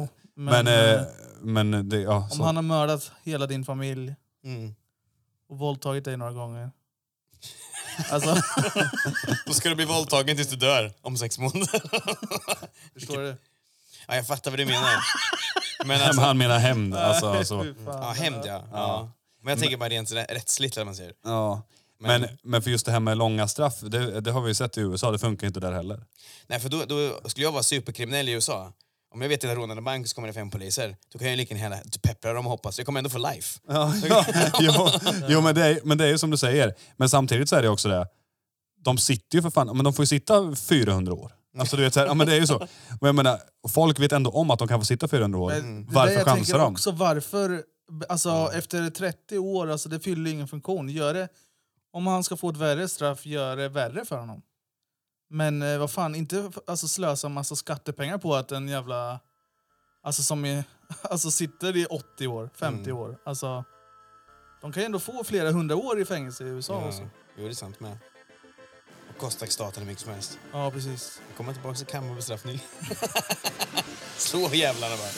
Men det, ja, om han har mördat hela din familj och våldtagit dig några gånger. Alltså. Då ska du bli våldtagen tills du dör om 6 månader. Förstår du? Ja, jag fattar vad du menar. Men alltså, han menar hämnd. Alltså. Ja, hämnd, ja. Men jag tänker bara rent rättsligt, eller man säger. Ja. Men för just det här med långa straff, det har vi ju sett i USA, det funkar inte där heller. Nej, för då skulle jag vara superkriminell i USA. Om jag vet att jag rånar en bank så kommer det 5 poliser. Då kan jag lika gärna peppra dem och hoppas. Jag kommer ändå få life. Jo, men det är ju som du säger. Men samtidigt så är det också det. De sitter ju för fan, men de får ju sitta 400 år. Alltså du vet så här, ja, men det är ju så. Men jag menar, folk vet ändå om att de kan få sitta 400 år. Varför chansar de? Också varför, alltså efter 30 år, alltså det fyller ingen funktion. Gör det, om han ska få ett värre straff, gör det värre för honom. Men vad fan, inte alltså, slösa en massa skattepengar på att en jävla... Alltså som är, alltså sitter i 80 år, 50 år. Alltså, de kan ju ändå få flera 100 år i fängelse i USA också. Jo, det är sant med. Och kostar staten mycket som helst. Ja, precis. Jag kommer tillbaka till kammarbestraffning. Slå jävlarna bara.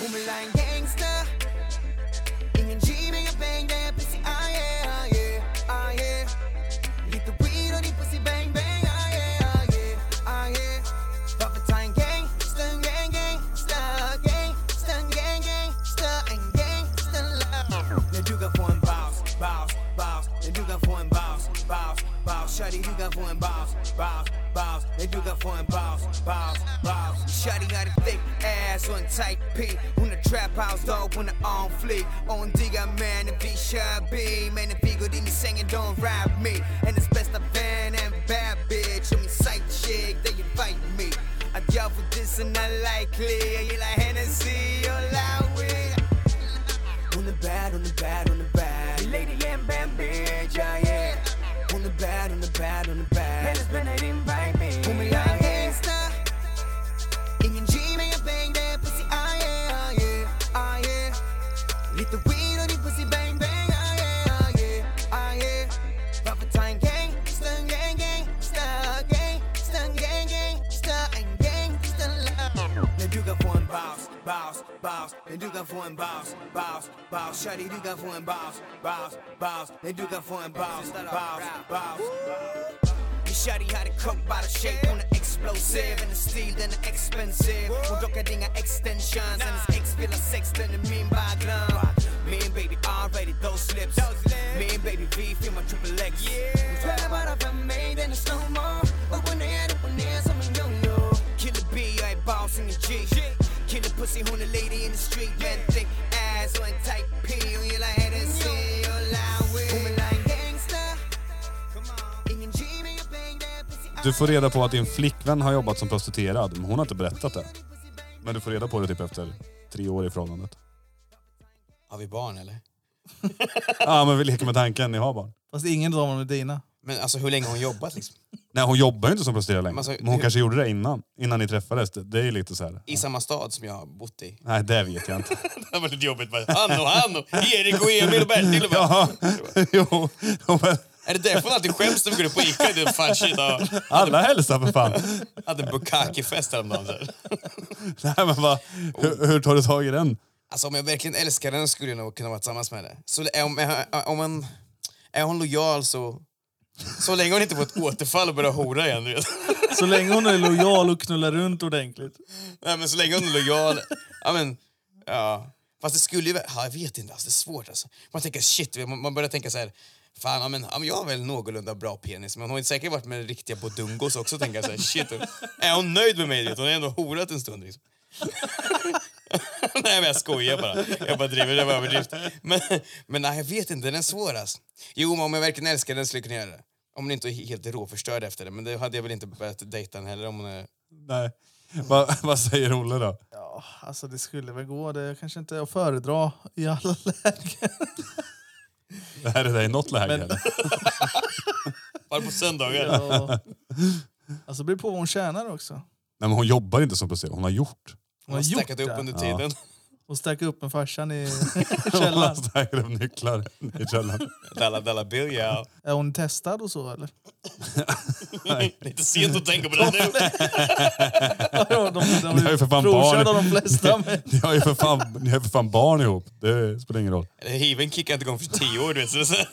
Shawty, you got one boss. They do got one boss. Shawty got a thick ass on tight P. Hon är trap house dog, hon är on fleek. On digga man, en vi kör bil. Men en vi går in i sängen, don't rap me. Hennes bästa vän är en bad bitch. Och min side chick, they invite me. I jag får dissen unlikely. Jag gillar Hennessy och Lowry. Hon är bad, hon är bad, hon är bad. Lady and bad bitch, yeah. Hon är bad, hon är bad, hon är bad. Hennes vänner invite me. Hon vill ha en gangsta. Ingen G men jag bang that pussy, ah yeah, ah yeah, ah yeah. Lite weed och din pussy bang bang, ah yeah, ah yeah, ah yeah. Varför ta en gangsta, gang, gangsta, gangsta, gang, gangsta, en gangsta love. När du kan få en boss, boss, boss. När du kan få en boss, boss, boss. Shawty, du kan få en boss, boss, boss. När du kan få en boss, boss, boss. Shawty hade coke by the shape. Hon är explosive, hennes stil den är expensive. Hon rockar inga extensions. Hennes ex vill ha sex, den är min background. Me and baby already those lips. Me and baby V filmar triple X. Hon tvärar bara för mig, den är slow-mo. Upp och ner som en yo-yo. Killer B, jag är boss, ingen G. Killer pussy, hon är lady in the street. Men thick ass och en tight P. Hon gillar Hennessy och Lowry. Hon vill ha en gangsta. Ingen G men jag bang that pussy. Du får reda på att din flickvän har jobbat som prostituerad, men hon har inte berättat det. Men du får reda på det typ efter 3 år i förhållandet. Har vi barn eller? Ja, men vi leker med tanken, ni har barn. Fast ingen av dem är dina. Men alltså hur länge har hon jobbat liksom? Nej, hon jobbar ju inte som prostituerad längre. Men alltså, Men hon kanske gjorde det innan ni träffades. Det är ju lite så här. I samma stad som jag har bott i. Nej, det vet jag inte. Det var lite jobbigt. Han och Erik och Emil och Bertil. Och bara, Ja, jo. Men är det därför hon alltid skäms när vi går upp på Ica? Det är fan shit. alla hälsar för fan. Hade en bukkake-fest häromdagen. Nej, men hur tar du tag i den? Alltså om jag verkligen älskar den skulle jag nog kunna vara tillsammans med det. Så är hon lojal så länge hon inte får ett återfall och börjar hora igen. Vet. Så länge hon är lojal och knullar runt ordentligt. Nej men så länge hon är lojal. Ja. Fast det skulle ju jag vet inte alltså, det är svårt alltså. Man tänker shit, man börjar tänka så här. Fan, men jag har väl någorlunda bra penis. Men hon har inte säkert varit med riktiga bodungos också. Tänker jag så här, shit. Är hon nöjd med mig? Hon har ändå horat en stund liksom. Nej men jag skojar bara. Jag bara driver, det var överdrift. Men nej, jag vet inte, den är svår alltså. Jo, men om jag verkligen älskar den skulle jag kunna göra det. Om hon inte är helt råförstörd efter det. Men det hade jag väl inte börjat dejta den heller om hon är... Nej. Vad säger Olle då? Ja, alltså det skulle väl gå. Det kanske inte är att föredra i alla lägen. Det här är det i något läge. Men- Bara på söndagar. Ja. Alltså det beror på vad hon tjänar också. Nej, men hon jobbar inte som prostituerad. Hon har gjort. Hon har stackat upp under tiden. Och stacka upp med farsan i Hon har källaren. stackat upp nycklar i källaren. Dalla Bill, ja. Är hon testad och så eller? Lite sent att tänka på det nu. Ja, de Ni har ju för fan provkörda barn. de flesta med. Ni har ju för fan barn ihop. Det spelar ingen roll. Hiven kickade inte igång för 10 år, du vet. Så.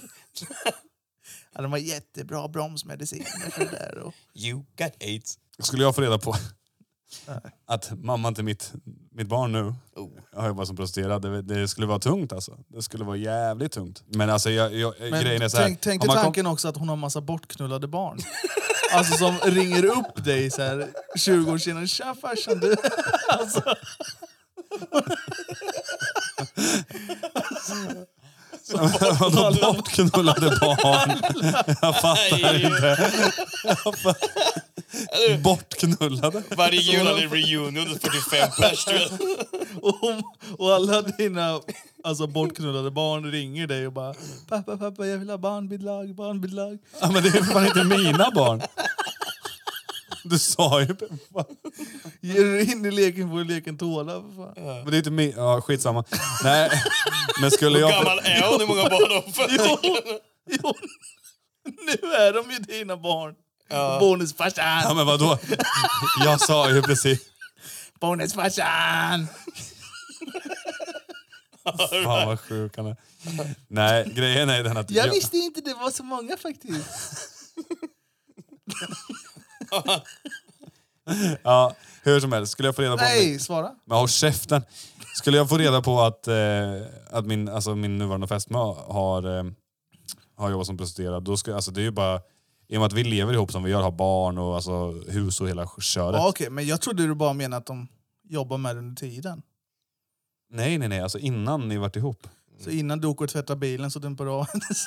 Ja, de har jättebra bromsmediciner för det där. Och... You got AIDS. Skulle jag få reda på att mamman till mitt barn nu har jobbat som prostituerad, det skulle vara tungt alltså. Det skulle vara jävligt tungt. Men alltså Men grejen är så här, tänk om dig man tanken också att hon har massa bortknullade barn. Alltså som ringer upp dig så här 20 år senare. Tja farsan du. Alltså. Vadå bortknullade barn? Jag fattar inte. Bortknullade? Varje jul hade en reunion och 45 pers, du vet. Och alla dina alltså, bortknullade barn ringer dig och bara pappa, jag vill ha barnbidrag. Ja, men det är fan inte mina barn. Du sa ju... Ger du in i leken får leken tåla. För fan. Men det är inte min... Ja, skitsamma. Nej, men skulle Hur jag... gammal är hon? Hur många barn har hon? Jo, nu är de ju dina barn. Bonusfarsan. Ja, men vadå? Jag sa ju precis... Bonusfarsan. Fan vad sjuk han är. Nej, grejen är den att... Jag visste inte det var så många faktiskt. Ja, hur som helst. Skulle jag få reda på... Nej, svara. Men håll käften. Skulle jag få reda på att min nuvarande fästmö har jobbat som prostituerad, då ska, alltså det är ju bara... I och med att vi lever ihop som vi gör, har barn och alltså, hus och hela köret. Ja, okej, men jag trodde du bara menade att de jobbar med under tiden. Nej. Alltså innan ni varit ihop. Så innan du åker och tvättar bilen så dumpar du av hennes.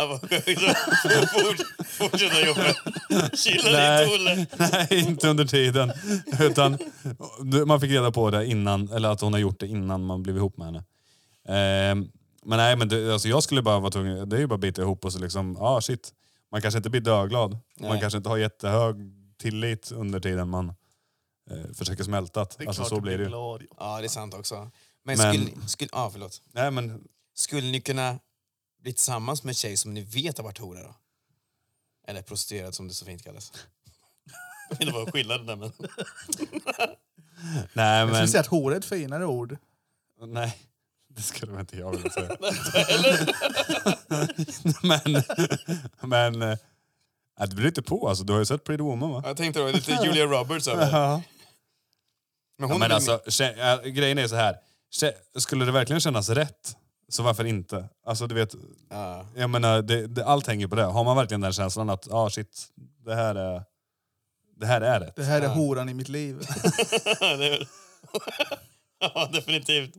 Fortsätta jobba. Chilla lite, Olle. Nej, inte under tiden. Utan man fick reda på det innan, eller att hon har gjort det innan man blev ihop med henne. Men nej, men det, alltså jag skulle bara vara tvungen, det är ju bara att bita ihop och så liksom, shit. Man kanske inte blir döglad. Man kanske inte har jättehög tillit under tiden man försöker smälta. Alltså så blir det ju. Ja, det är sant också. Men förlåt. Nej, men skulle ni kunna bli tillsammans med en tjej som ni vet har varit hora då? Eller prostituerad som det så fint kallas. Jag vet inte vad skillnaden där, men... nej, Jag skulle men säga att hora är ett finare ord. nej. Det skulle inte jag vilja säga. men det blir inte på. Alltså, du har ju sett Pretty Woman, va? Jag tänkte då lite Julia Roberts över. Ja. Men hon Men alltså, grejen är så här. Skulle det verkligen kännas rätt, så varför inte? Alltså, du vet, jag menar, allt hänger på det. Har man verkligen den känslan att, shit, det här är rätt. Det här är horan i mitt liv. Ja, definitivt.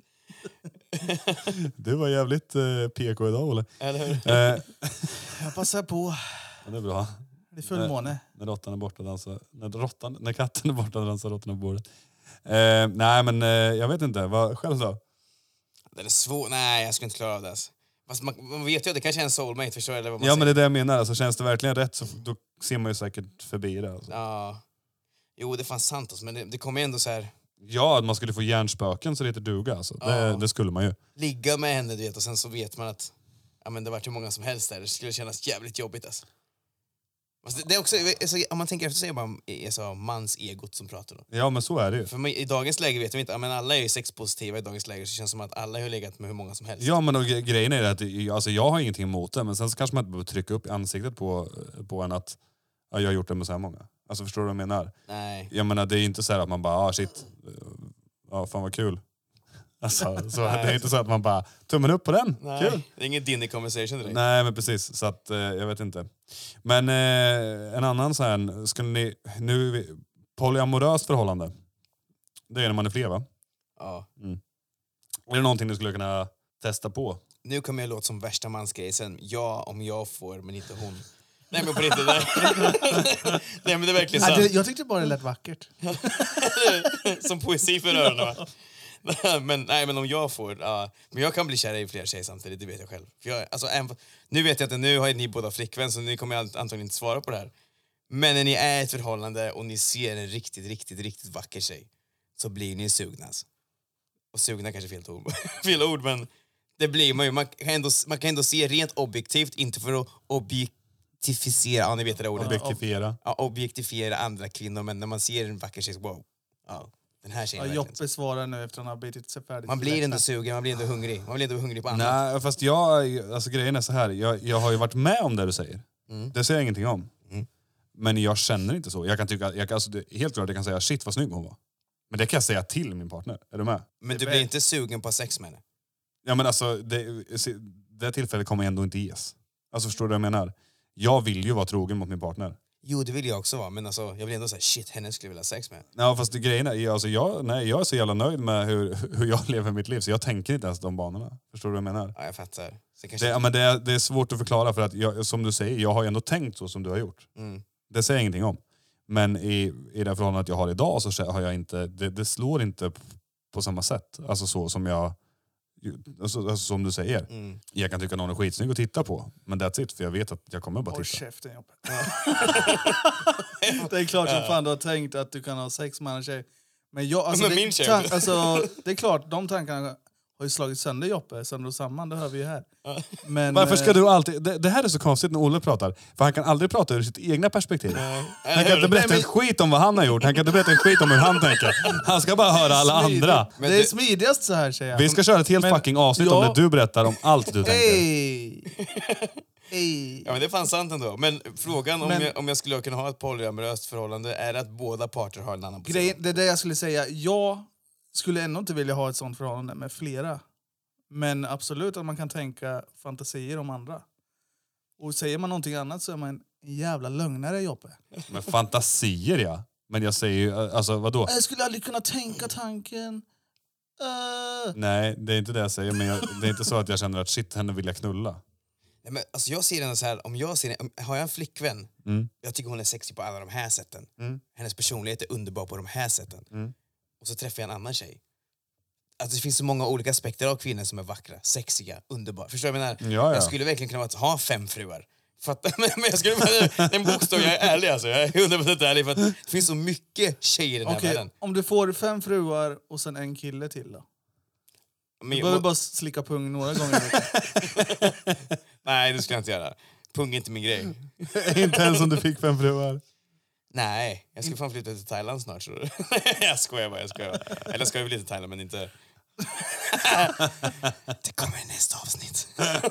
Du var jävligt PK idag, Olle. Eller hur? Jag passar på. Ja, det är bra. Det är fullmåne. När råttan är borta dansar... När katten är borta dansar råttan på bordet. Nej, men jag vet inte. Vad själv då? Det är svårt. Nej, jag skulle inte klara av det. Alltså. Fast man vet ju att det kanske är en soulmate, förstår du? Eller vad man Ja, säger. men det är det jag menar. Alltså, känns det verkligen rätt så då ser man ju säkert förbi det. Alltså. Ja. Jo, det fanns sant alltså, men det kommer ändå så här... Ja, att man skulle få hjärnspöken så det heter duga. Alltså. Det skulle man ju. Ligga med henne, du vet, och sen så vet man att det var hur många som helst där. Det skulle kännas jävligt jobbigt alltså. Fast det är också, alltså, om man tänker efter så är det bara mans egot som pratar då. Ja, men så är det ju. För i dagens läge vet vi inte, alla är ju sexpositiva i dagens läge, så känns det som att alla har legat med hur många som helst. Ja, men grejen är att alltså, jag har ingenting emot det, men sen så kanske man inte behöver trycka upp i ansiktet på en att jag har gjort det med så här många. Alltså, förstår du vad jag menar? Nej. Jag menar, det är inte så här att man bara, shit, fan vad kul. Alltså, så det är inte så att man bara, tummen upp på den, Nej. kul. Det är ingen dinner conversation direkt. Nej, men precis, så att jag vet inte. Men en annan så här, skulle ni, nu, polyamoröst förhållande, det är när man är fler, va? Ja. Är det någonting du skulle kunna testa på? Nu kommer jag låta som värsta mansgrejsen. Ja, om jag får, men inte hon. Nej, men på riktigt. Nej, men det är verkligen sant. Jag tyckte bara det lät vackert. Som poesi för öronen, va? men om jag får... men jag kan bli kär i flera tjejer samtidigt, det vet jag själv. För nu vet jag att nu har ni båda flickvän, så ni kommer antagligen inte svara på det här. Men när ni är i ett förhållande och ni ser en riktigt vacker tjej, så blir ni sugna. Alltså. Och sugna kanske fel ord, men det blir man ju. Man kan ändå se rent objektivt, inte för att objektifiera, ni vet det ordet. Objektifiera. Ja, objektifiera andra kvinnor, men när man ser en vacker tjej så wow. Ja, den här tjejen Ja, Joppe svarar nu efter att han har bitit sig färdigt. man blir ändå sugen, man blir ändå hungrig. Man blir ändå hungrig på annat. Nej, fast alltså grejen är så här. Jag har ju varit med om det du säger. Det säger jag ingenting om. Men jag känner inte så. Jag kan tycka, alltså, helt klart jag kan säga shit vad snygg hon var. Men det kan jag säga till min partner. Är du med? Men du blir inte sugen på sex med henne? Ja, men alltså det tillfället kommer ändå inte ges. Alltså, förstår du vad jag menar? Jag vill ju vara trogen mot min partner. Jo, det vill jag också vara. Men alltså, jag vill ändå säga shit, henne skulle jag vilja ha sex med. Ja, fast grejen är, alltså, jag är så jävla nöjd med hur jag lever mitt liv. Så jag tänker inte ens de banorna. Förstår du vad jag menar? Ja, jag fattar. Det är svårt att förklara för att, som du säger, jag har ändå tänkt så som du har gjort. Det säger jag ingenting om. Men i det förhållandet jag har idag så har jag inte, det slår inte på samma sätt. Alltså så som jag, alltså, som du säger. Jag kan tycka någon är skitsnygg att titta på. Men that's it, för jag vet att jag kommer bara titta. Käften, Joppe. Det är klart som fan du har tänkt att du kan ha sex med en tjej. Men jag, alltså, Men min tjej. Alltså, det är klart, de tankarna har ju slagit sönder Joppe, sönder och samman, det hör vi ju här. Men, Varför ska du alltid... Det här är så konstigt när Olle pratar. För han kan aldrig prata ur sitt egna perspektiv. Han kan inte berätta en skit om vad han har gjort. Han kan inte berätta en skit om hur han tänker. Han ska bara höra alla andra. Men det är smidigast så här, säger jag. Vi ska köra ett helt fucking avsnitt om det du berättar om allt du tänker. Hey. Ja, men det fanns sant ändå. Men frågan om jag skulle kunna ha ett polyamoröst förhållande är att båda parter har en annan position. Det är det jag skulle säga. Jag skulle ändå inte vilja ha ett sånt förhållande med flera. Men absolut att man kan tänka fantasier om andra. Och säger man någonting annat så är man en jävla lögnare, Joppe. Men fantasier, ja. Men jag säger ju, alltså vadå? Jag skulle aldrig kunna tänka tanken. Nej, det är inte det jag säger. Men det är inte så att jag känner att shit, henne vill jag knulla. Nej, men alltså jag ser den så här, har jag en flickvän, jag tycker hon är sexy på alla de här sätten. Hennes personlighet är underbar på de här sätten. Och så träffar jag en annan tjej. Alltså det finns så många olika aspekter av kvinnor som är vackra, sexiga, underbara. Förstår du vad jag menar? Ja. Jag skulle verkligen kunna ha 5 fruar. Men jag skulle en bokstav, jag är ärlig alltså. Jag är 100% ärlig för att det finns så mycket tjejer i den här världen. Om du får 5 fruar och sen en kille till då? Du behöver bara slicka pung några gånger. Nej, det skulle jag inte göra. Pung är inte min grej. Inte ens om du fick 5 fruar. Nej, jag ska fan flytta till Thailand snart. Så. Jag skojar bara. Eller jag ska ju bli till Thailand, men inte... Det kommer i nästa avsnitt.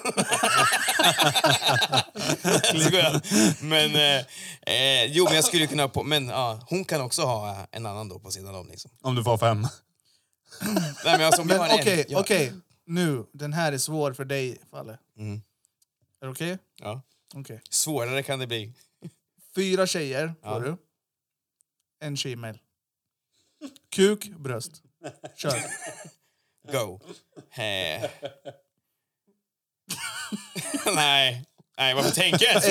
Men men jag skulle kunna men hon kan också ha en annan då på sidan om liksom. Om du får 5. Nej, men alltså, Okej. Nu, den här är svår för dig, Falle. Är det okej? Ja. Okej. Svårare kan det bli. 4 tjejer får du. En tjejmel. Kuk, bröst. Kör. Go. Nej, varför tänker jag så?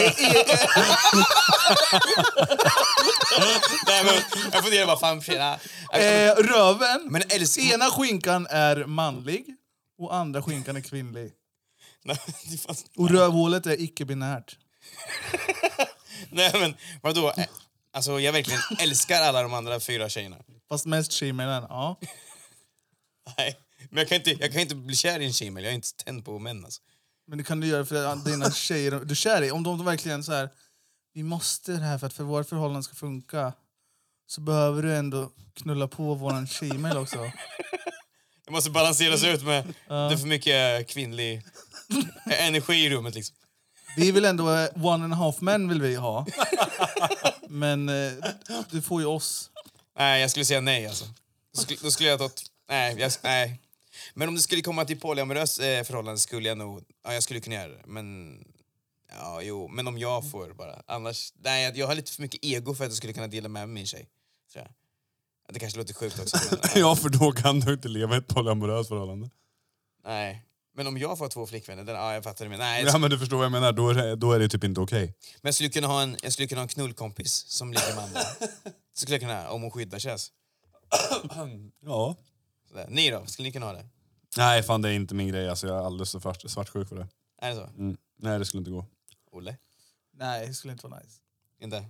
Nej, men jag funderar bara fan röven. Men ena skinkan är manlig och andra skinkan är kvinnlig. Och rövhålet är icke-binärt. Nej, men vadå? Alltså jag verkligen älskar alla de andra 4 tjejerna. Fast mest tjejmelen, ja. Nej, men jag kan inte bli kär i en tjejmel. Jag är inte tänd på män alltså. Men det kan du göra för att dina tjejer du kär i. Om de verkligen så här, vi måste det här för att vårt förhållande ska funka, så behöver du ändå knulla på våran tjejmel också. Det måste balanseras ut med det är för mycket kvinnlig energi i rummet liksom. Vi vill ändå 1.5 men vill vi ha. Men du får ju oss. Nej, jag skulle säga nej alltså. Då skulle jag tagit... Nej. Men om det skulle komma till polyamorös förhållande skulle jag nog... Ja, jag skulle kunna göra det. Men... Ja, jo. Men om jag får bara. Annars... Nej, jag har lite för mycket ego för att jag skulle kunna dela med min tjej. Tror jag. Det kanske låter sjukt också. Men, Ja, för då kan du inte leva i ett polyamoröst förhållande. Nej. Men om jag får 2 flickvänner, jag fattar det. Nej, ja, men du förstår vad jag menar. Då är det typ inte okej. Men jag skulle kunna ha en knullkompis som ligger med andra. Så skulle jag kunna, om hon skyddar sig. Ja. Sådär. Ni då? Skulle ni kunna ha det? Nej, fan det är inte min grej. Alltså, jag är alldeles för svartsjuk för det. Är det så? Nej, det skulle inte gå. Olle? Nej, det skulle inte vara nice. Inte?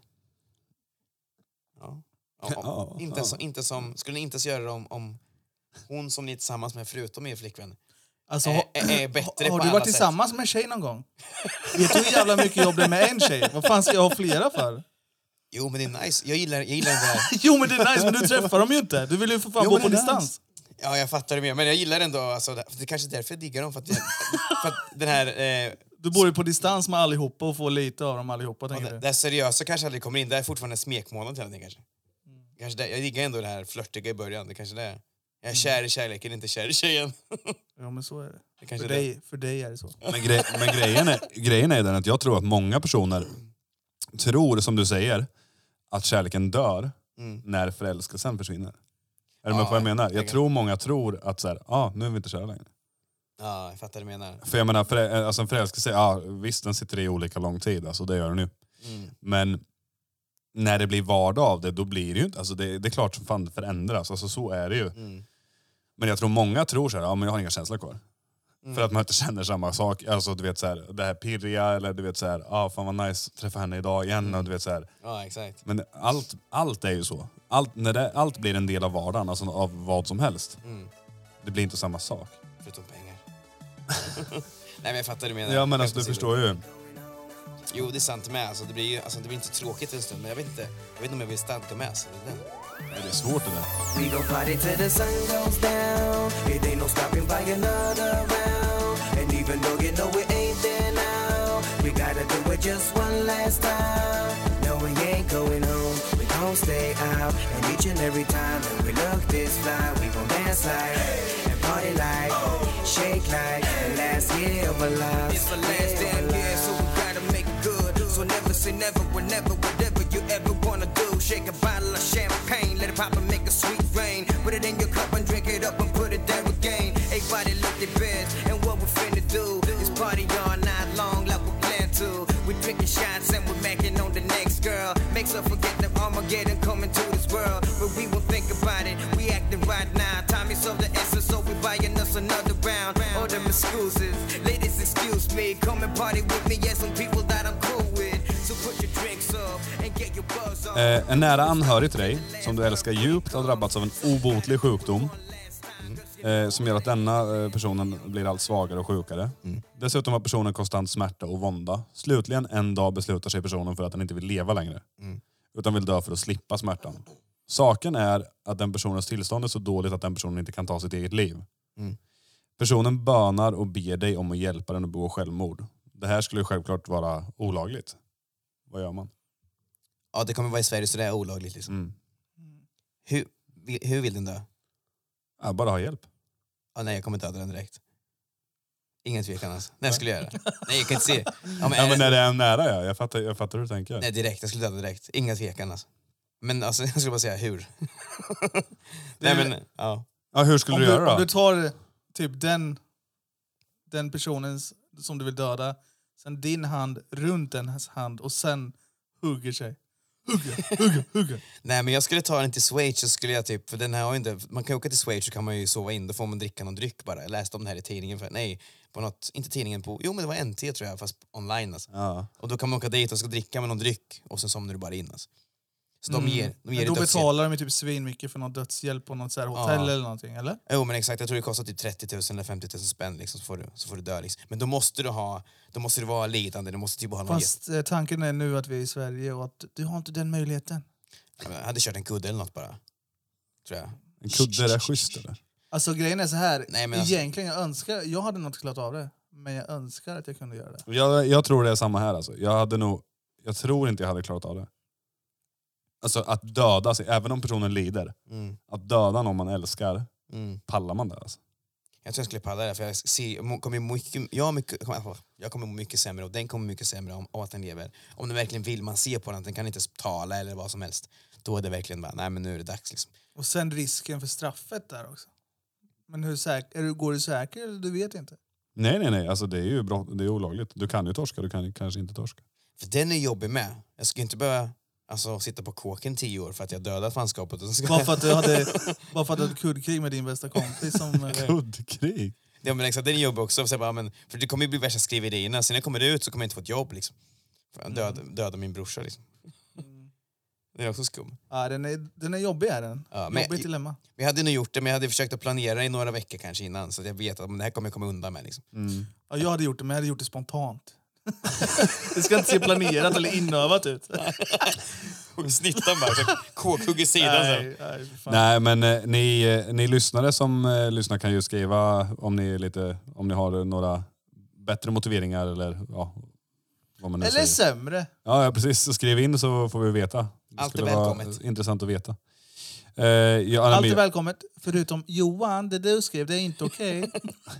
Ja. Skulle ni inte ens göra det om hon som ni är tillsammans med förutom er flickvän Alltså, är bättre på har du alla varit sätt? tillsammans med en tjej någon gång? Vet du hur jävla mycket jobb det är med en tjej? Vad fan ska jag ha flera för? Jo, men det är nice. Jag gillar det här. Jo, men det är nice, men du träffar dem ju inte. Du vill ju för fan gå på distans. Ja, jag fattar det mer. Men jag gillar ändå, alltså, det är kanske därför jag diggar dem. För att den här... Du bor ju på distans med allihopa och får lite av dem allihopa, tänker du? Det seriösa kanske aldrig kommer in. Det är fortfarande en smekmånad till den kanske. Kanske det. Jag diggar ändå det här flörtiga i början. Det kanske det är. Jag är kär i kärleken, inte kär i tjejen. Ja, men så är det. För dig är det så. Men grejen är den att jag tror att många personer tror, som du säger, att kärleken dör när förälskelsen försvinner. Är du med på vad jag menar? Jag tror många tror att så här, nu är vi inte kära längre. Ja, jag fattar vad du menar. För jag menar, en förälskelse, visst den sitter i olika lång tid, alltså det gör den nu. Men när det blir vardag av det, då blir det ju inte, alltså det är klart som fan det förändras, alltså så är det ju. Men jag tror många tror så här, men jag har inga känslor kvar. För att man inte känner samma sak, alltså du vet så här, det här pirriga, eller du vet så här, fan vad nice, träffa henne idag igen, och du vet så här. Ja, exakt. Men allt är ju så. Allt blir en del av vardagen, alltså av vad som helst. Det blir inte samma sak. Förutom pengar. Nej, men jag fattar det menar. Ja, men alltså du förstår ju. Jo, det är sant med. Alltså, det blir inte tråkigt en stund, men jag vet inte om jag vill stanka med. Alltså, det är svårt det där. We gon' party till the sun goes down. It ain't no stopping by another round. And even though you know we ain't there now, we gotta do it just one last time. No, we ain't going home. We gon' stay out. And each and every time that we look this fly, we gon' dance like and party like, shake like the last year of our lives. It's the last damn year, so we gotta make it good. So never say never, whenever, whatever you ever wanna do. Shake a bottle of champagne, let it pop and make a sweet rain. Put it in your cup and drink it up and put it down again. Everybody look their best, and what we finna do is party all night long like yeah, then come into this world, but we won't think about it. We acting right now. Time is of the essence, so we buying us another round. All them excuses, ladies, excuse me. Come and party with me, yeah, some people that I'm cool with. So put your drinks up and get your buzz on. En nära anhörig till dig, som du älskar djupt, har drabbats av en obotlig sjukdom. Som gör att denna personen blir allt svagare och sjukare. Dessutom har personen konstant smärta och vånda. Slutligen en dag beslutar sig personen för att den inte vill leva längre. Utan vill dö för att slippa smärtan. Saken är att den personens tillstånd är så dåligt att den personen inte kan ta sitt eget liv. Personen bönar och ber dig om att hjälpa den att begå självmord. Det här skulle självklart vara olagligt. Vad gör man? Ja, det kommer vara i Sverige så det är olagligt liksom. Hur vill den dö? Ja, bara ha hjälp. Nej, jag kommer inte döda den direkt. Ingen tvekan alltså. Nej, jag skulle göra det. Nej, jag kan inte se. Ja, men när det är nära, ja. Jag fattar hur du tänker. Nej, direkt. Jag skulle döda direkt. Ingen tvekan alltså. Men alltså, jag skulle bara säga hur. Nej, men ja. Ja, hur skulle du göra då? Om du tar typ den personens som du vill döda, sen din hand runt dennes hand och sen hugger sig. Hugga. Nej, men jag skulle ta den till Schweiz, så skulle jag typ, för den här har ju inte, man kan åka till Schweiz så kan man ju sova in, då får man dricka någon dryck bara. Jag läste om det här i tidningen, på något, inte tidningen på, jo men det var NT tror jag, fast online alltså. Ja. Och då kan man åka dit och ska dricka med någon dryck och sen somnar du bara in alltså. Så de ger Men dig då dödshjälp. betalar de typ svin mycket för någon dödshjälp på något så här hotell eller någonting, eller? Jo men exakt, jag tror det kostar typ 30 000 eller 50 000 spänn liksom, så får du dö liksom. Men då måste du vara lidande, du måste typ ha någon Fast tanken är nu att vi är i Sverige och att du har inte den möjligheten. Jag hade kört en kudde eller något bara. Tror jag. En kudde är schysst eller? Alltså grejen är så här, Nej, men alltså- egentligen jag hade nog klarat av det. Men jag önskar att jag kunde göra det. Jag tror det är samma här alltså. Jag tror inte jag hade klarat av det. Alltså att döda sig, även om personen lider. Att döda någon man älskar, pallar man det alltså? Jag tror jag skulle palla det, för jag kommer må mycket sämre och den kommer mycket sämre om att den lever. Om den verkligen vill, man ser på den, den kan inte tala eller vad som helst. Då är det verkligen bara, nej men nu är det dags liksom. Och sen risken för straffet där också. Men går du säker eller du vet inte? Nej. Alltså det är ju det är olagligt. Du kan ju torska, du kan kanske inte torska. För den är jobbig med. Jag ska inte behöva sitta på kåken 10 år för att jag dödat fanskapet. Bara för att du hade kuddkrig med din bästa kompis. Kuddkrig? Ja, men exakt, den är jobbig också. För det kommer ju bli värsta skriverierna. Sen när jag kommer ut så kommer jag inte få ett jobb. Liksom. Döda min brorsa. Liksom. Det är också skum. Ja, den är jobbig är den. Ja, Jobbigt dilemma. Vi hade nog gjort det, men jag hade försökt att planera i några veckor kanske innan. Så att jag vet att det här kommer jag komma undan med. Liksom. Ja, jag hade gjort det, men jag hade gjort det spontant. Det ska inte se planerat eller inövat ut. Och snittan bara, kåkhugg i sidan. Nej, men ni lyssnare som lyssnar kan ju skriva om ni har några bättre motiveringar eller vad man nu eller säger. sämre. Ja, precis. Så skriv in så får vi veta. Det Allt är skulle vara välkommet. Intressant att veta. Allt är välkommet, förutom Johan, det du skrev, det är inte okej.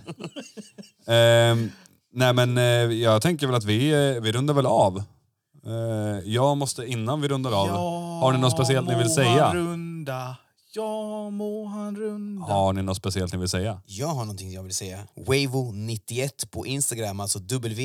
Nej, men jag tänker väl att vi rundar väl av. Jag måste, innan vi rundar av, har ni något speciellt ni vill säga? Må han runda. Har ni något speciellt ni vill säga? Jag har någonting jag vill säga. Wavo91 på Instagram, alltså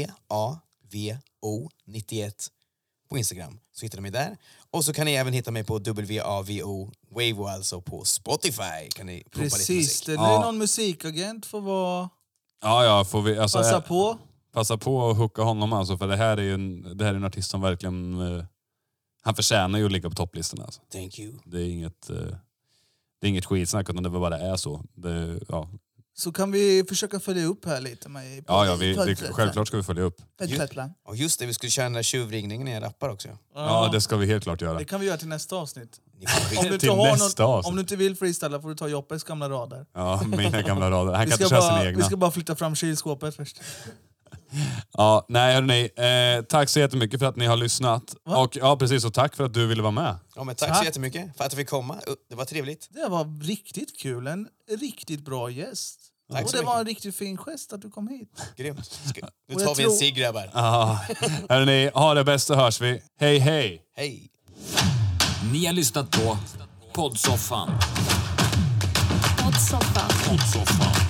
WAVO91 på Instagram. Så hittar ni mig där. Och så kan ni även hitta mig på WAVO, Wavo alltså på Spotify. Kan ni prova lite musik. Det är någon musikagent får vara... Ja, får vi... Alltså, passa på. Passa på att hooka honom alltså, för det här är ju en artist som verkligen... han förtjänar ju att ligga på topplistorna alltså. Thank you. Det är inget skitsnack, utan det bara är så. Så kan vi försöka följa upp här lite med... självklart ska vi följa upp. Och just det, vi skulle köra den där tjuvringningen när jag rappar också. Ja, det ska vi helt klart göra. Det kan vi göra till nästa avsnitt. Om du inte vill freestyla får du ta Joppes gamla rader. Ja, mina gamla rader. Han kan inte köra sina egna. Vi ska bara flytta fram kylskåpet först. Ja, nej hörni. Tack så jättemycket för att ni har lyssnat. Och precis, och tack för att du ville vara med. Ja, men tack så jättemycket för att du fick komma. Det var trevligt. Det var riktigt kul. En riktigt bra gäst. Tack och så det mycket. var en riktigt fin gest att du kom hit. Grymt. Nu tar vi en cigg, grabbar. Ja. Hörni, ha det bäst, så hörs vi. Hej, hej. Hej. Ni har lyssnat på Poddsoffan. Poddsoffan.